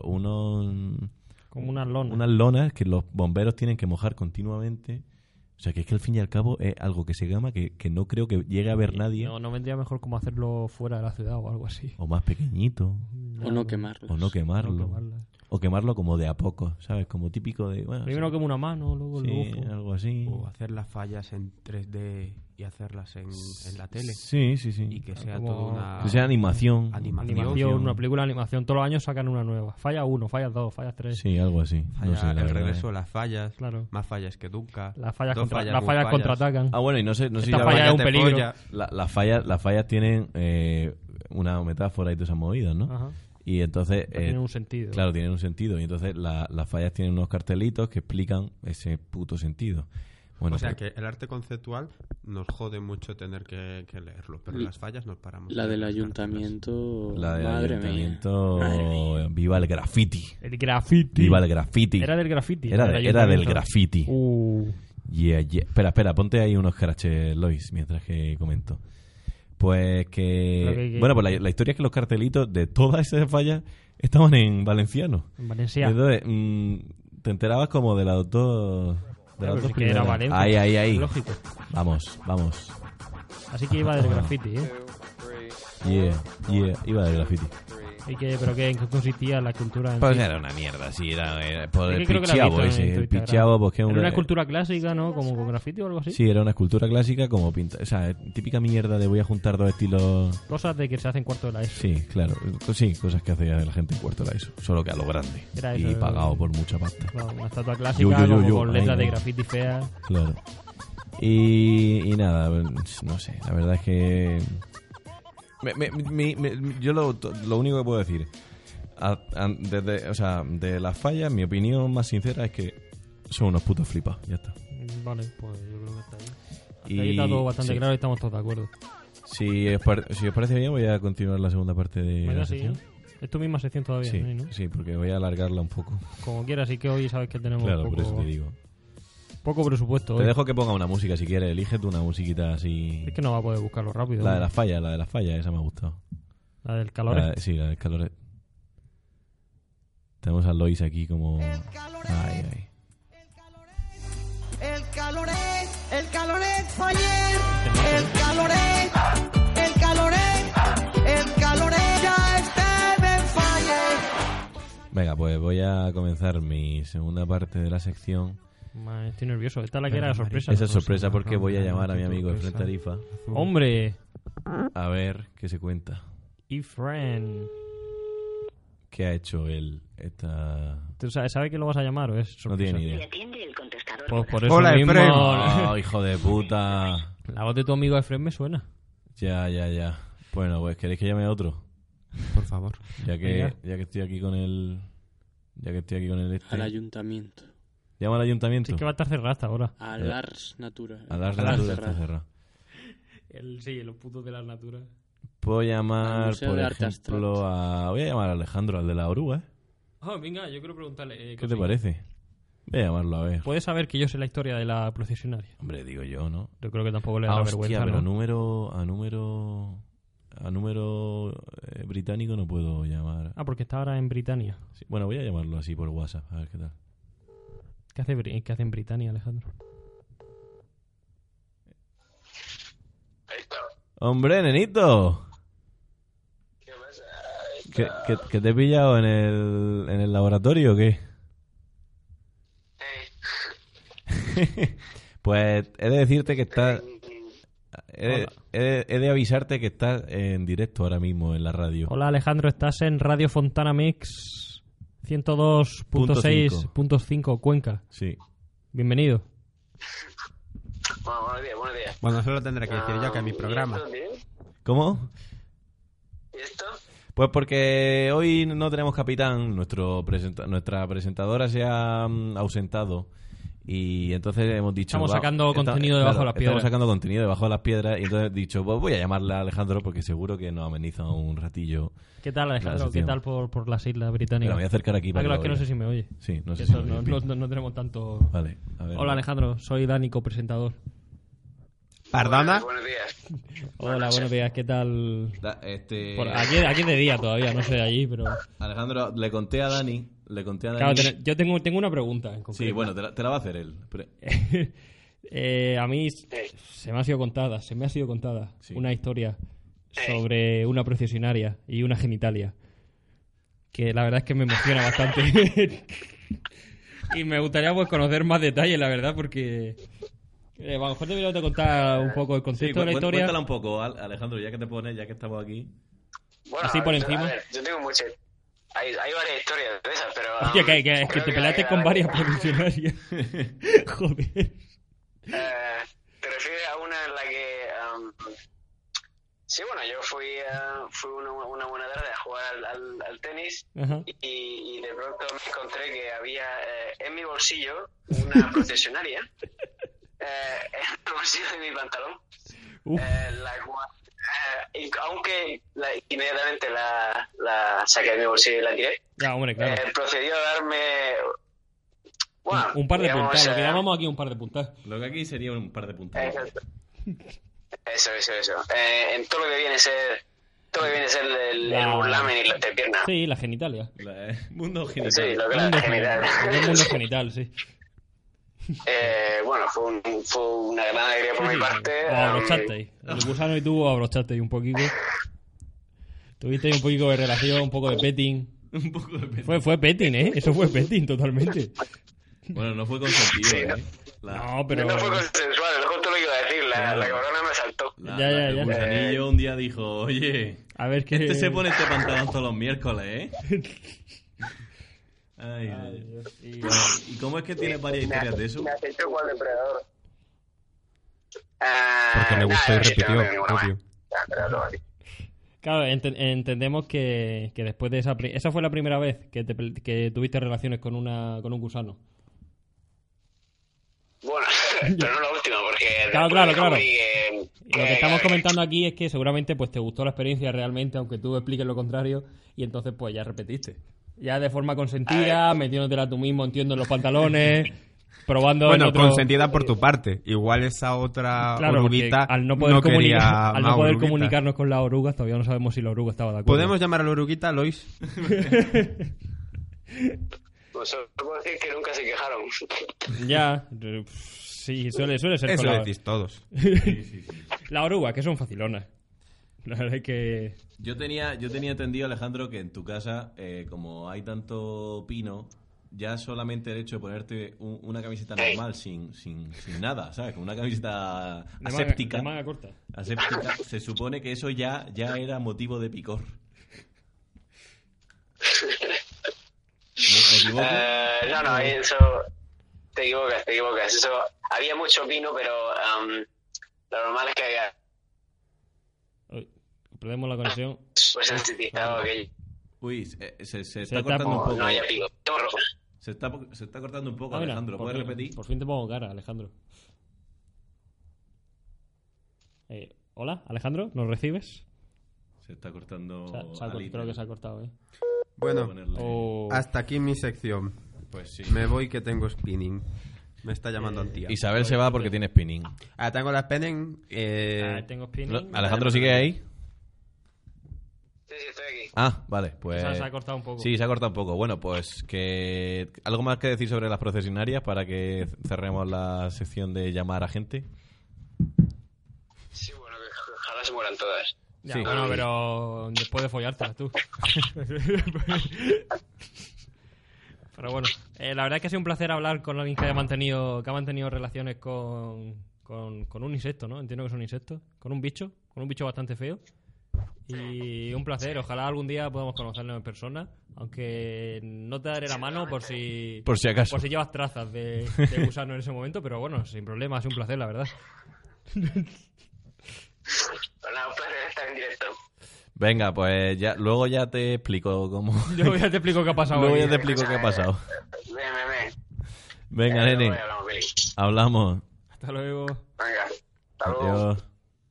como unas lonas. unas lonas que los bomberos tienen que mojar continuamente. O sea, que es que al fin y al cabo es algo que se llama que no creo que llegue a ver nadie. No vendría mejor como hacerlo fuera de la ciudad o algo así. O más pequeñito. O no quemarlos. O no quemarlo. No quemarlas. O quemarlo como de a poco, ¿sabes? Como típico de... Bueno, Primero sí, quemo una mano, luego el sí, ojo. algo así. O hacer las fallas en 3D y hacerlas en la tele. Sí. Y que sea Como- todo una... Que sea animación. Animación, una película de animación. Todos los años sacan una nueva. Falla 1, fallas 2, fallas 3. Sí, algo así. Falla, No sé, la el verdad. regreso de las fallas. Claro. Más fallas que nunca. Las fallas, Dos fallas, las muy fallas fallas. contraatacan. Ah, bueno, y no sé si Esta la falla falla- es un de peligro. polla. las fallas tienen una metáfora y todas esas movidas, ¿no? Ajá. Y entonces... Tiene un sentido. Claro, tienen un sentido. Y entonces las fallas tienen unos cartelitos que explican ese puto sentido. Bueno, O sea pues- que el arte conceptual nos jode mucho tener que leerlo, pero las fallas nos paramos. La de del leer las ayuntamiento. La del madre ayuntamiento... mía. Viva el graffiti. El graffiti. Viva el graffiti. Era del graffiti. Era del del ayuntamiento. graffiti. Yeah. Espera, ponte ahí unos caraches, Lois, mientras que comento. Pues que... Bueno, pues la historia es que los cartelitos de todas esas fallas estaban en valenciano. En Valencia. Entonces, te enterabas como de las dos... De las Claro, dos sí que era primeras. Valencia. Ahí. Lógico. Vamos. Así que iba del graffiti, ¿eh? Yeah, iba del graffiti. ¿Pero qué? ¿En qué consistía la escultura? Pues era una mierda, sí, era por Es el que creo que la he pichavo visto en ese. tu El Instagram. pichavo, pues que Era una escultura clásica, ¿no? Como con grafiti o algo así. Sí, era una escultura clásica como pinta. O sea, típica mierda de voy a juntar dos estilos. Cosas de que se hacen cuarto de la ESO. Sí, claro. Sí, cosas que hacía la gente en cuarto de la ESO. Solo que a lo grande. Era Y eso, pagado por mucha pasta. Claro, una estatua clásica como con letras de graffiti feas. Claro. Y nada, no sé. La verdad es que... yo lo único que puedo decir... de las fallas, mi opinión más sincera es que son unos putos flipas. Ya está. Vale, pues yo creo que está ahí. Y Ahí está todo bastante sí. claro y estamos todos de acuerdo. Si os parece bien, voy a continuar la segunda parte de Venga, la sí, sección. Es tu misma sección todavía, Sí, ¿no? sí, porque voy a alargarla un poco. Como quieras, sí que hoy sabes que tenemos Claro, por eso te digo. poco presupuesto. Te hoy. dejo que ponga una música si quieres. Elige tú una musiquita así. Es que no va a poder buscarlo rápido. La de las fallas, esa me ha gustado. La del calor. Sí, la del calor. Tenemos a Lois aquí como... Ay. El caloret fallé. El caloret ya está en falle. Venga, pues voy a comenzar mi segunda parte de la sección. Man, estoy nervioso. Esta es la que era sorpresa. Esa es sorpresa porque voy a llamar a mi amigo Efren Tarifa. ¡Hombre! A ver qué se cuenta. Efren. ¿Qué ha hecho él ¿Tú sabes que lo vas a llamar o es sorpresa? No tiene ni idea. Pues por eso Hola, mismo... Efren. Oh, hijo de puta. La voz de tu amigo Efren me suena. Ya. Bueno, pues ¿queréis que llame a otro? Por favor. Ya que estoy aquí con el... Al ayuntamiento. Llama al ayuntamiento. Sí, que va a estar cerrada hasta ahora. A Lars Natura. A Lars Lars Natura cerrado. está cerrado. Sí, los putos de la natura. Puedo Al llamar, Museo por de Arte ejemplo, voy a llamar a Alejandro, al de la oruga, ¿eh? Ah, venga, yo quiero preguntarle... ¿Qué te parece? Voy a llamarlo a ver. ¿Puedes saber que yo sé la historia de la procesionaria? Hombre, digo yo, ¿no? Yo creo que tampoco le da Hostia, vergüenza, pero ¿no? a número británico no puedo llamar. Ah, porque está ahora en Britania. Sí, bueno, voy a llamarlo así por WhatsApp, a ver qué tal. ¿Qué hace en Britania, Alejandro? ¡Hombre, nenito! ¿Qué te he pillado en el laboratorio o qué? Pues he de decirte que estás... He de avisarte que estás en directo ahora mismo en la radio. Hola, Alejandro, estás en Radio Fontana Mix 102.6.5 Cuenca. Sí. Bienvenido. Bueno, buenos días. Bueno, eso lo tendré que decir yo, que es mi programa. ¿Cómo? ¿Y esto? Pues porque hoy no tenemos capitán, nuestra presentadora se ha ausentado y entonces hemos dicho... Estamos sacando contenido debajo de las piedras. Estamos sacando contenido debajo de las piedras y entonces he dicho, pues voy a llamarle a Alejandro porque seguro que nos ameniza un ratillo. ¿Qué tal, Alejandro? ¿Qué tal por las islas Mira, británicas? me voy a acercar aquí para claro, es que no lo sé oiga. si me oye. Sí, no sé Que si eso me oye. no tenemos tanto... Vale, a ver. Hola, Alejandro, soy Dani, copresentador. ¿Perdona? Buenos días. Hola, buenos días, ¿qué tal? Aquí es de día todavía, no sé allí, pero... Alejandro, le conté a Dani... Claro, yo tengo una pregunta en concreto. Sí, bueno, te la va a hacer él. A mí se me ha sido contada Sí. una historia sobre una procesionaria y una genitalia que la verdad es que me emociona bastante y me gustaría pues conocer más detalles, la verdad, porque a lo mejor deberíamos de contar un poco el contexto de la historia. Cuéntala un poco, Alejandro, ya que te pones, ya que estamos aquí. Bueno, Así por encima. A ver, yo tengo muchas... Hay varias historias de esas, pero... Hostia, que creo te peleaste con varias procesionarias. Joder. ¿Te refieres a una en la que... sí, bueno, yo fui una buena tarde a jugar al tenis. Ajá. y de pronto me encontré que había en mi bolsillo una procesionaria en el bolsillo de mi pantalón, la cual, aunque inmediatamente la saqué de mi bolsillo y la tiré, Ya, hombre, claro. procedió a darme... Bueno, un par de digamos, puntas, lo que llamamos aquí un par de puntas. Lo que aquí sería un par de puntos. Exacto. Eso. En todo lo que viene a ser el burlamen y la entrepierna. Sí, la genitalia. Mundo genital. Sí, lo que es la genital. El mundo genital, sí. Bueno, fue una gran alegría por mi parte. O abrochasteis. El gusano y tú abrochasteis un poquito. Tuviste un poquito de relación, un poco de petting. Un poco de petting. Fue petting, ¿eh? Eso fue petting totalmente. Bueno, no fue consentido, Sí, ¿eh? No, pero... No fue consensual, justo lo iba a decir, la cabrona me saltó. Ya. El gusanillo un día dijo, oye, A ver qué... este se pone este pantalón todos los miércoles, ¿eh? Ay, Dios. Bueno, ¿y cómo es que tienes varias historias de eso? Me aceitó cual depredador. Porque le gustó y repitió, obvio. Claro, entendemos que después de esa... Esa fue la primera vez que tuviste relaciones con un gusano. Bueno, pero no la última, porque... Claro. Y lo que estamos comentando aquí es que seguramente pues te gustó la experiencia realmente, aunque tú expliques lo contrario, y entonces pues ya repetiste. Ya de forma consentida, metiéndotela tú mismo, entiendo, en los pantalones, probando... Bueno, en otro... consentida por tu parte. Igual esa otra oruguita al no poder, quería al más no poder oruguita. comunicarnos con las orugas, todavía no sabemos si la oruga estaba de acuerdo. ¿Podemos llamar a la oruguita, Lois? Pues solo puedo decir que nunca se quejaron. Ya, sí, suele ser Eso con la... decís todos. Sí. La oruga, que son facilonas. La verdad es que... Yo tenía entendido, Alejandro, que en tu casa, como hay tanto pino, ya solamente el hecho de ponerte una camiseta normal sin nada, ¿sabes? Con una camiseta aséptica, de manga corta. aséptica, se supone que eso ya era motivo de picor. ¿Me equivoco? No, eso... Te equivocas. Eso, había mucho vino, pero lo normal es que había... Perdemos la conexión. Pues sintetizado aquello. Uy, se está cortando un poco. No haya pico. Se está cortando un poco, Ah, mira, Alejandro. ¿Puedes repetir? Por fin te pongo cara, Alejandro. Hola, Alejandro, ¿nos recibes? Se está cortando... Creo que se ha cortado, Bueno, Oh. hasta aquí mi sección. Pues sí. Me voy que tengo spinning. Me está llamando Antía. Isabel se va porque tiene spinning. Tengo la spinning. Tengo spinning. ¿Alejandro sigue ahí? Sí, estoy aquí. Ah, vale, pues... Se ha cortado un poco. Sí, se ha cortado un poco. Bueno, pues que... ¿Algo más que decir sobre las procesionarias para que cerremos la sección de llamar a gente? Sí, bueno, que ojalá se mueran todas. Ya, Sí. bueno, pero después de follártelas tú. Pero bueno, la verdad es que ha sido un placer hablar con alguien que ha mantenido relaciones con un insecto, ¿no? Entiendo que es un insecto. Con un bicho bastante feo. Y un placer, ojalá algún día podamos conocernos en persona, aunque no te daré la mano por si acaso. Por si llevas trazas de gusano en ese momento, pero bueno, sin problema, ha sido un placer, la verdad. Pues nada, un placer estar en directo. Venga, pues ya luego ya te explico cómo... Yo ya te explico qué ha pasado. Luego aquí. ya te explico qué ha pasado. Ven. Venga, nene. Hablamos, Billy. Hablamos. Hasta luego. Venga, hasta luego. Adiós.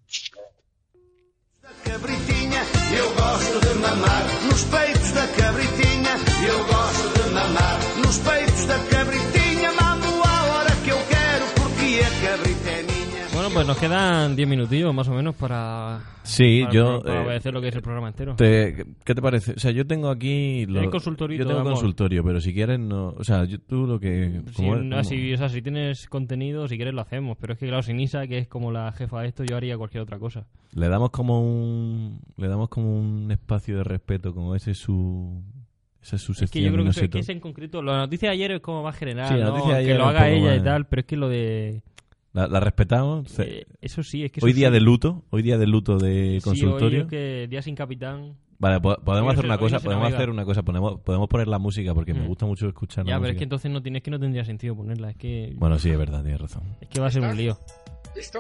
Cabritinha, eu gosto de mamar nos peitos da cabritinha, eu gosto de mamar nos peitos da cabritinha, mamo a hora que eu quero porque a cabrita é minha. Bueno, pues nos quedan 10 minutillos más o menos para obedecer lo que es el programa entero. ¿Qué te parece? O sea, yo tengo aquí... ¿Tienes consultorito Yo tengo de amor? consultorio, pero si quieres no... O sea, tú lo que... Si tienes contenido, si quieres lo hacemos. Pero es que claro, sin Isa, que es como la jefa de esto, yo haría cualquier otra cosa. Le damos como un espacio de respeto, como esa es su sección. Es que yo creo no sé que todo. es en concreto... La noticia de ayer es como más general, Sí, la ¿no? noticia de ayer Que lo es un haga poco ella más- y tal, pero es que lo de... ¿La respetamos? Eso sí, es que... Hoy eso día sí. de luto de Sí, consultorio. hoy es que día sin capitán... Vale, podemos Hoy hacer una no cosa, se navega. podemos poner la música porque me gusta mucho escuchar Ya, la pero es música. que entonces no tendría sentido ponerla, es que... Bueno, sí, es verdad, tienes razón. Es que va a ser un lío. ¿Listo?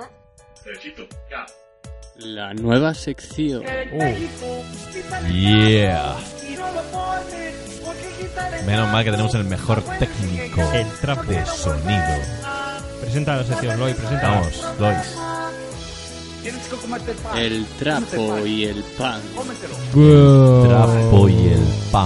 La nueva sección. Yeah. Menos mal que tenemos el mejor técnico El trapo. de sonido. Presenta la sección, Loy, presenta. Vamos, Lois. Tienes que comerte el pan. El trapo y el pan. Cómetelo. Trapo y el pan.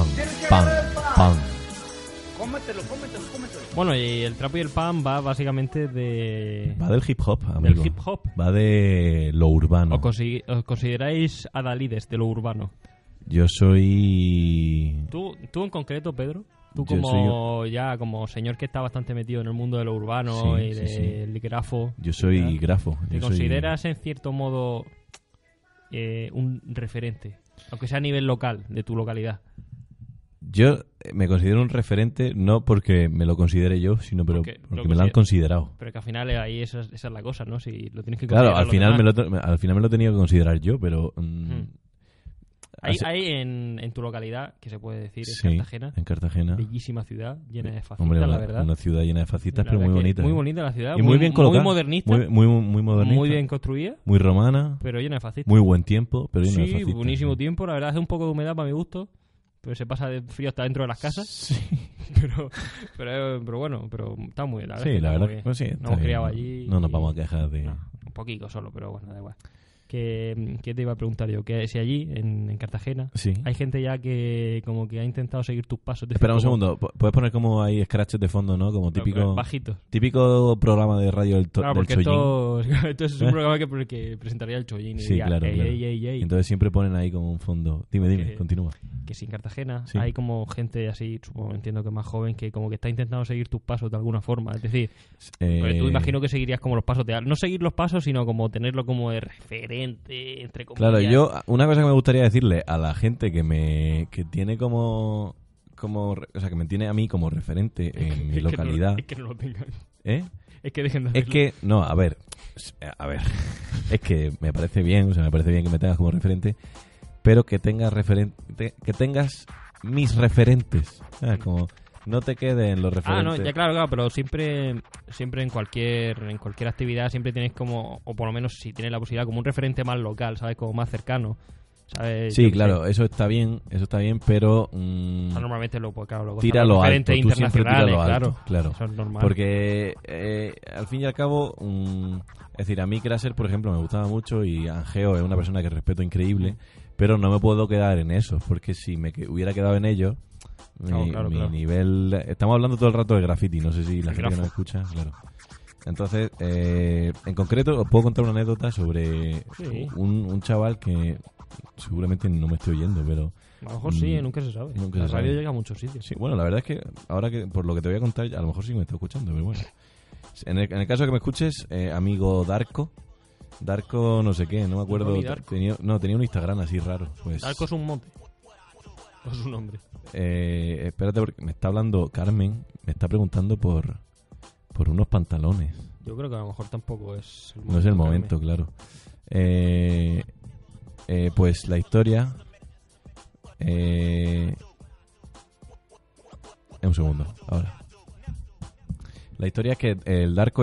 Cómetelo. Bueno, y el trapo y el pan va básicamente de... Va del hip hop, amigo. Del hip hop. Va de lo urbano. ¿Os consideráis adalides de lo urbano? Yo soy... ¿Tú en concreto, Pedro? Tú Yo como señor que está bastante metido en el mundo de lo urbano Sí, y sí, del grafo. Yo soy ¿ya? grafo. ¿Te yo soy- consideras en cierto modo un referente Aunque sea a nivel local, de tu localidad. Yo me considero un referente no porque me lo considere yo, sino porque me lo han considerado. Pero que al final ahí esa es la cosa, ¿no? Si lo tienes que claro, considerar al final me lo he tenido que considerar yo, pero... Hay en tu localidad, que se puede decir, en Cartagena. Bellísima ciudad, llena de facitas, hombre, la verdad. Una ciudad llena de facitas, pero muy bonita. Muy bonita la ciudad. Y muy bien colocada. Muy modernista. Muy modernista. Muy bien construida. Muy romana. Pero llena de facitas. Muy buen tiempo, pero llena de facitas. Sí, buenísimo tiempo. La verdad, hace un poco de humedad para mi gusto. Pero se pasa de frío hasta dentro de las casas. Sí. Pero bueno, pero está muy bien. La verdad que sí. Nos hemos criado allí. No nos vamos a quejar de... No, un poquito solo, pero bueno, da igual. ¿Qué te iba a preguntar yo? Que si allí, en Cartagena, hay gente ya que como que ha intentado seguir tus pasos. Espera un segundo. Puedes poner como ahí scratches de fondo, ¿no? Como típico... Bajitos. Típico programa de radio del Claro, porque Chollín. esto es un programa que presentaría el Chollín. Y Sí, diría, claro. Ey. Entonces siempre ponen ahí como un fondo. Dime, continúa. Que si en Cartagena hay como gente así, supongo, entiendo que más joven, que como que está intentando seguir tus pasos de alguna forma. Es decir, pues tú imagino que seguirías como los pasos de... No seguir los pasos, sino como tenerlo como de referente, entre comillas. Claro, yo... Una cosa que me gustaría decirle a la gente que tiene como... O sea, que me tiene a mí como referente en mi localidad... Es que no lo tengan. ¿Eh? Es que dejen de hacerlo. Es que... No, a ver. Es que me parece bien, o sea, me parece bien que me tengas como referente... pero que tengas mis referentes. Como no te quedes en los referentes. No, ya claro, pero siempre en cualquier actividad siempre tienes como, o por lo menos si tienes la posibilidad, como un referente más local, ¿sabes? Como más cercano, ¿sabes? Sí, claro, eso está bien, pero... normalmente lo tira lo alto, tú siempre tira lo alto, claro. Eso es normal. Porque al fin y al cabo, es decir, a mí Krasser, por ejemplo, me gustaba mucho y Angeo es una persona que respeto increíble, pero no me puedo quedar en eso, porque si me hubiera quedado en ello, mi nivel... Estamos hablando todo el rato de graffiti, no sé si la gente que nos escucha, claro. Entonces, en concreto, os puedo contar una anécdota sobre un chaval que seguramente no me estoy oyendo, pero... A lo mejor sí, nunca se sabe. La radio llega a muchos sitios. Sí, bueno, la verdad es que ahora que por lo que te voy a contar, a lo mejor sí me está escuchando, pero bueno. En el caso que me escuches, amigo Darko no sé qué, no me acuerdo. Tenía un Instagram así raro. Pues. Darko es un monte. ¿O es un nombre? Espérate, porque me está hablando Carmen, me está preguntando por unos pantalones. Yo creo que a lo mejor tampoco es el momento. No es el momento, claro. Pues la historia... un segundo, ahora. La historia es que el Darko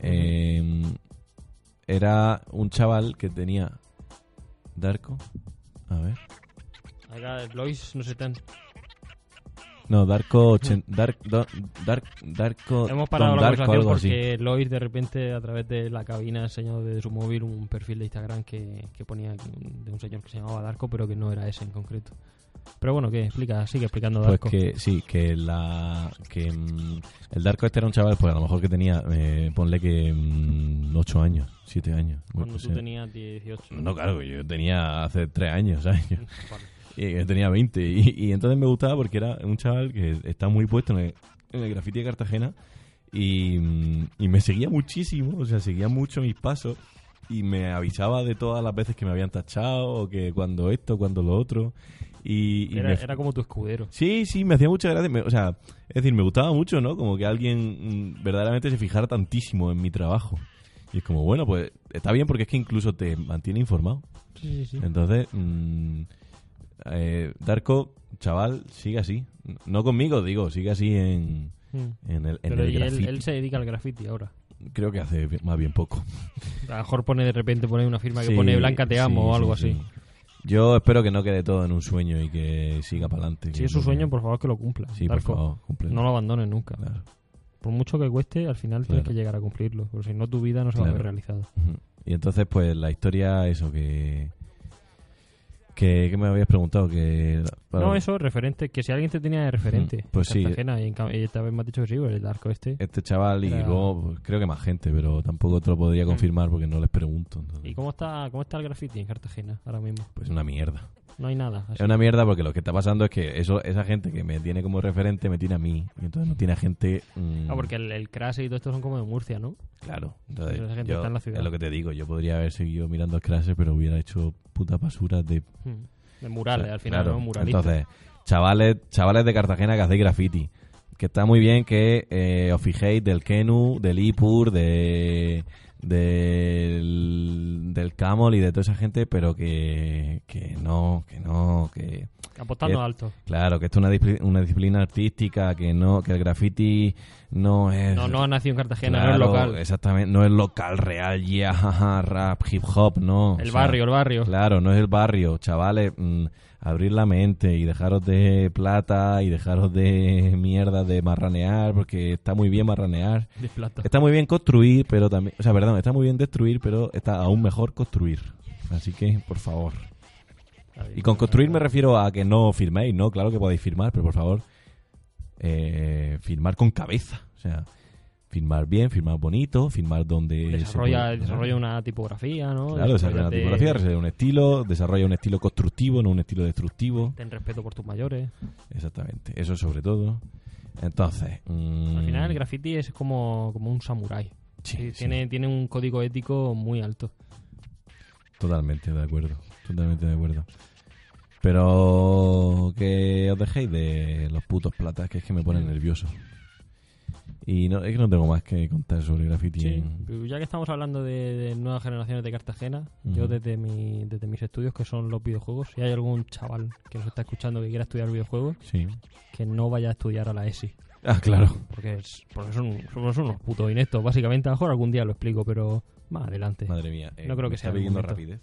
era un chaval que tenía... ¿Darko? A ver. Acá Lois no sé tan... No, Darko... Darko... Hemos parado la conversación algo porque así. Lois de repente a través de la cabina ha enseñado desde su móvil un perfil de Instagram que ponía de un señor que se llamaba Darko, pero que no era ese en concreto. Pero bueno, ¿qué? Sigue explicando Darko. Pues que el Darko era un chaval, pues a lo mejor que tenía, ponle que 8 años, 7 años. Cuando tú tenías 18. No, claro, yo tenía hace 3 años, ¿sabes? Y yo tenía 20. Y entonces me gustaba porque era un chaval que está muy puesto en el graffiti de Cartagena y me seguía muchísimo, o sea, seguía mucho mis pasos y me avisaba de todas las veces que me habían tachado o que cuando esto, cuando lo otro. Era como tu escudero. Sí, me hacía mucha gracia. O sea, es decir, me gustaba mucho, ¿no? Como que alguien verdaderamente se fijara tantísimo en mi trabajo. Y es como, bueno, pues está bien porque es que incluso te mantiene informado. Sí. Entonces, Darko, chaval, sigue así. No conmigo, digo, sigue así en el graffiti. Él se dedica al graffiti ahora. Creo que hace más bien poco. A lo mejor de repente pone una firma que pone Blanca te amo o algo así. Yo espero que no quede todo en un sueño y que siga para adelante. Si es su sueño, por favor, que lo cumpla. Sí, Darko, por favor, cúmplelo. No lo abandones nunca. Claro. Por mucho que cueste, al final tienes que llegar a cumplirlo. Porque si no, tu vida no se va a ver realizada. Y entonces, pues, la historia, eso, que me habías preguntado No, eso, referente, que si alguien te tenía de referente pues en Cartagena, y esta vez me has dicho que sí, el Darko este chaval y luego pues, creo que más gente, pero tampoco te lo podría confirmar porque no les pregunto. Entonces. ¿Y cómo está el graffiti en Cartagena ahora mismo? Pues una mierda. No hay nada. Así. Es una mierda porque lo que está pasando es que esa gente que me tiene como referente me tiene a mí. Y entonces no tiene a gente... porque el Crase y todo esto son como de Murcia, ¿no? Claro. Entonces esa gente está en la ciudad. Es lo que te digo. Yo podría haber seguido mirando al Crase, pero hubiera hecho puta basura de... De murales, al final, claro. ¿no? Muralistas. Entonces, chavales de Cartagena que hacéis graffiti. Que está muy bien que os fijéis del Kenu, del Ipur, del Camol y de toda esa gente, pero que apostando alto. Claro, que esto es una disciplina artística, que el graffiti no es... No ha nacido en Cartagena, claro, no es local. Exactamente, no es local, real, jaja, rap, hip hop, no. El barrio. Claro, no es el barrio. Chavales, abrir la mente y dejaros de plata y dejaros de mierda de marranear, porque está muy bien marranear. Está muy bien construir, pero también... O sea, perdón, está muy bien destruir, pero está aún mejor construir. Así que, por favor... Y con construir me refiero a que no firméis, ¿no? Claro que podéis firmar, pero por favor, firmar con cabeza. O sea, firmar bien, firmar bonito, firmar donde... Desarrolla una tipografía, ¿no? Claro, desarrolla una tipografía, desarrolla un estilo constructivo, no un estilo destructivo. Ten respeto por tus mayores. Exactamente, eso sobre todo. Entonces... Al final el graffiti es como un samurái. Sí. Tiene un código ético muy alto. Totalmente de acuerdo. Pero que os dejéis de los putos platas, que es que me ponen nervioso. Y es que no tengo más que contar sobre graffiti. Sí, pero ya que estamos hablando de nuevas generaciones de Cartagena, yo desde mis estudios, que son los videojuegos, si hay algún chaval que nos está escuchando que quiera estudiar videojuegos, que no vaya a estudiar a la ESI. Ah, claro. Porque son unos putos ineptos, básicamente. A lo mejor algún día lo explico, pero más adelante. Madre mía, no creo que sea pidiendo rapidez.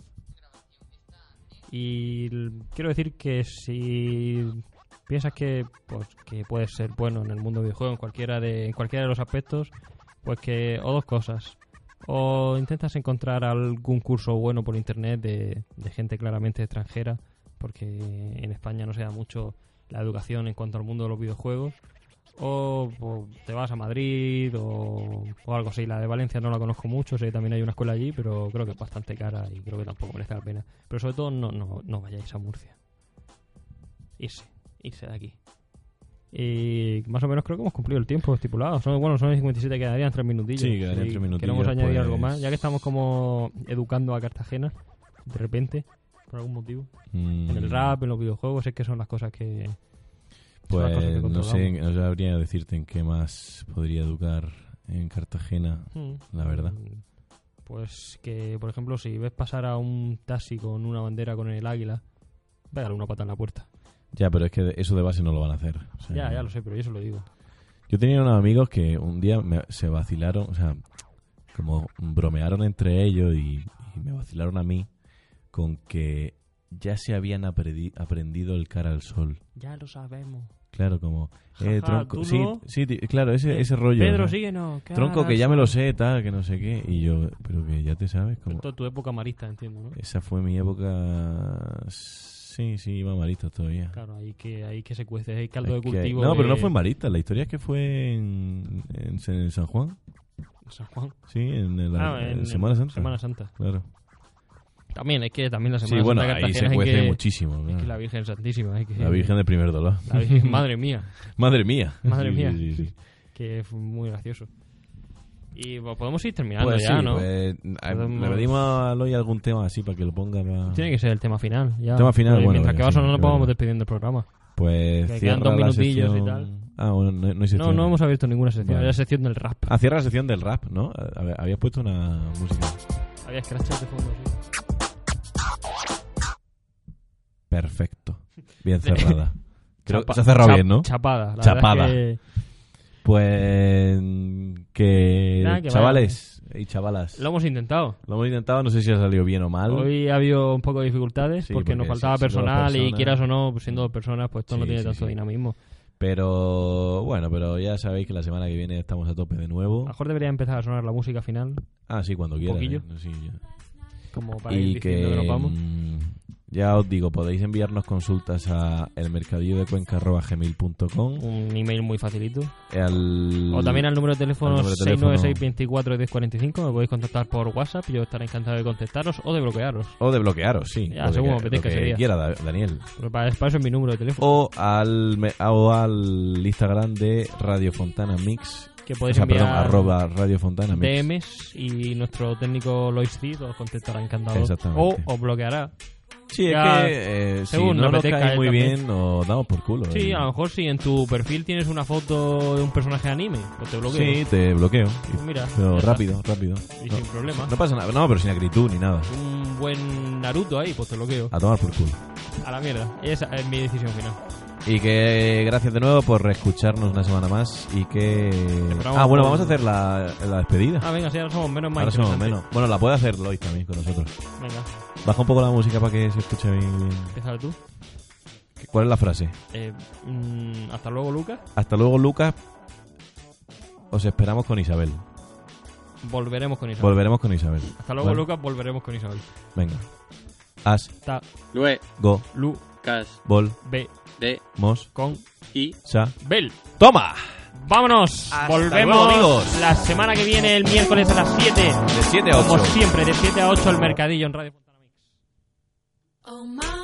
Y quiero decir que si piensas que puedes ser bueno en el mundo del videojuego, en cualquiera de los aspectos, pues o dos cosas. O intentas encontrar algún curso bueno por internet de gente claramente extranjera, porque en España no se da mucho la educación en cuanto al mundo de los videojuegos. O te vas a Madrid o algo así. La de Valencia no la conozco mucho, sé que también hay una escuela allí, pero creo que es bastante cara y creo que tampoco merece la pena. Pero sobre todo no vayáis a Murcia. Irse de aquí. Y más o menos creo que hemos cumplido el tiempo estipulado. Son 57, quedarían 3 minutillos. Sí, quedarían 3 minutillos. Queremos añadir algo más, ya que estamos como educando a Cartagena de repente, por algún motivo. En el rap, en los videojuegos, es que son las cosas que... Pues no sé, no sabría decirte en qué más podría educar en Cartagena, la verdad. Pues que, por ejemplo, si ves pasar a un taxi con una bandera con el águila, pégale una pata en la puerta. Ya, pero es que eso de base no lo van a hacer. O sea, ya lo sé, pero yo se lo digo. Yo tenía unos amigos que un día se vacilaron, o sea, como bromearon entre ellos y me vacilaron a mí con que ya se habían aprendido el cara al sol. Ya lo sabemos. Claro, como... tronco, ¿tú no? sí, claro, ese rollo. Pedro, ¿no? síguenos. Tronco, que ya me lo sé, tal, que no sé qué. Y yo, pero que ya te sabes. Como... Esto es tu época marista, entiendo, ¿no? Esa fue mi época... Sí, iba marista todavía. Claro, ahí que se cuece, hay caldo de cultivo. No, pero no fue marista. La historia es que fue en San Juan. ¿San Juan? Sí, en Semana Santa. Semana Santa. Claro. También, es que también la Semana Santa. Sí, bueno, Santa ahí se cuece muchísimo. ¿No? Es que la Virgen Santísima. La Virgen del primer dolor. Madre mía. Madre mía. Sí. Que fue muy gracioso. Y pues, podemos ir terminando pues ya, sí, ¿no? Pues, le pedimos a Eloy algún tema así para que lo ponga. Tiene que ser el tema final. Ya. Tema final, pues, bueno. Mientras que va sonando, nos vamos despidiendo el programa. Pues que cierra quedan 2 la minutillos sección... y tal. Ah, bueno, no hay sección. No hemos abierto ninguna sección. Vale. Era la sección del rap. Ah, cierra la sección del rap, ¿no? Habías puesto una música. Había scratches de fondo, sí. Perfecto. Bien cerrada. Creo que se ha cerrado bien, ¿no? Chapada. Chapada. Que... Pues que chavales y chavalas. Lo hemos intentado. No sé si ha salido bien o mal. Hoy ha habido un poco de dificultades porque nos faltaba personal y quieras o no, pues siendo 2 personas, pues esto no tiene tanto dinamismo. Pero bueno, ya sabéis que la semana que viene estamos a tope de nuevo. A lo mejor debería empezar a sonar la música final. Ah, sí, cuando quieras. Poquillo. Sí, ya. Como para ir diciendo que nos vamos. Ya os digo, podéis enviarnos consultas a elmercadillodecuenca@gmail.com. Un email muy facilito. O también al número de teléfono 696-24-1045. Me podéis contactar por WhatsApp. Yo estaré encantado de contestaros o de bloquearos. Sí. Ya, según me apetezca ese día. Quiera, Daniel. Pero para eso es mi número de teléfono. O al Instagram de Radio Fontana Mix. Que podéis enviar Radio Fontana Mix. DMs y nuestro técnico Lois Cid os contestará encantado. Exactamente. O os bloqueará. Sí, Ya, es que si según no nos nos apetezca cae él muy también. bien, nos damos por culo. Sí, a lo mejor si en tu perfil tienes una foto de un personaje de anime, pues te bloqueo. Sí, te bloqueo. Pues mira, Pero ya rápido. Y sin problema. No pasa nada. No, pero sin acritud ni nada. Un buen Naruto ahí, pues te bloqueo. A tomar por culo. A la mierda. Esa es mi decisión final. Y que gracias de nuevo por reescucharnos una semana más. Y que... Esperamos bueno, por- vamos a hacer la despedida. Venga, sí, ahora somos menos más Ahora somos interesantes. menos. Bueno, la puede hacer Lois también con nosotros. Venga, Baja un poco la música para que se escuche bien. empieza tú. ¿Cuál es la frase? Hasta luego, Lucas. Hasta luego, Lucas. Os esperamos con Isabel. Volveremos con Isabel. Volveremos con Isabel. Hasta luego, ¿Vale? Lucas. Volveremos con Isabel. Venga. Hasta Lue, go. Lu, Cas, Vol. B, de, Mos. con, y, Sa. Bel. ¡Toma! ¡Vámonos! Hasta Volvemos luego, amigos. la semana que viene, el miércoles a las 7. De 7 a 8. Como siempre, de 7 a 8 el mercadillo en Radio Fontana Mix. Oh my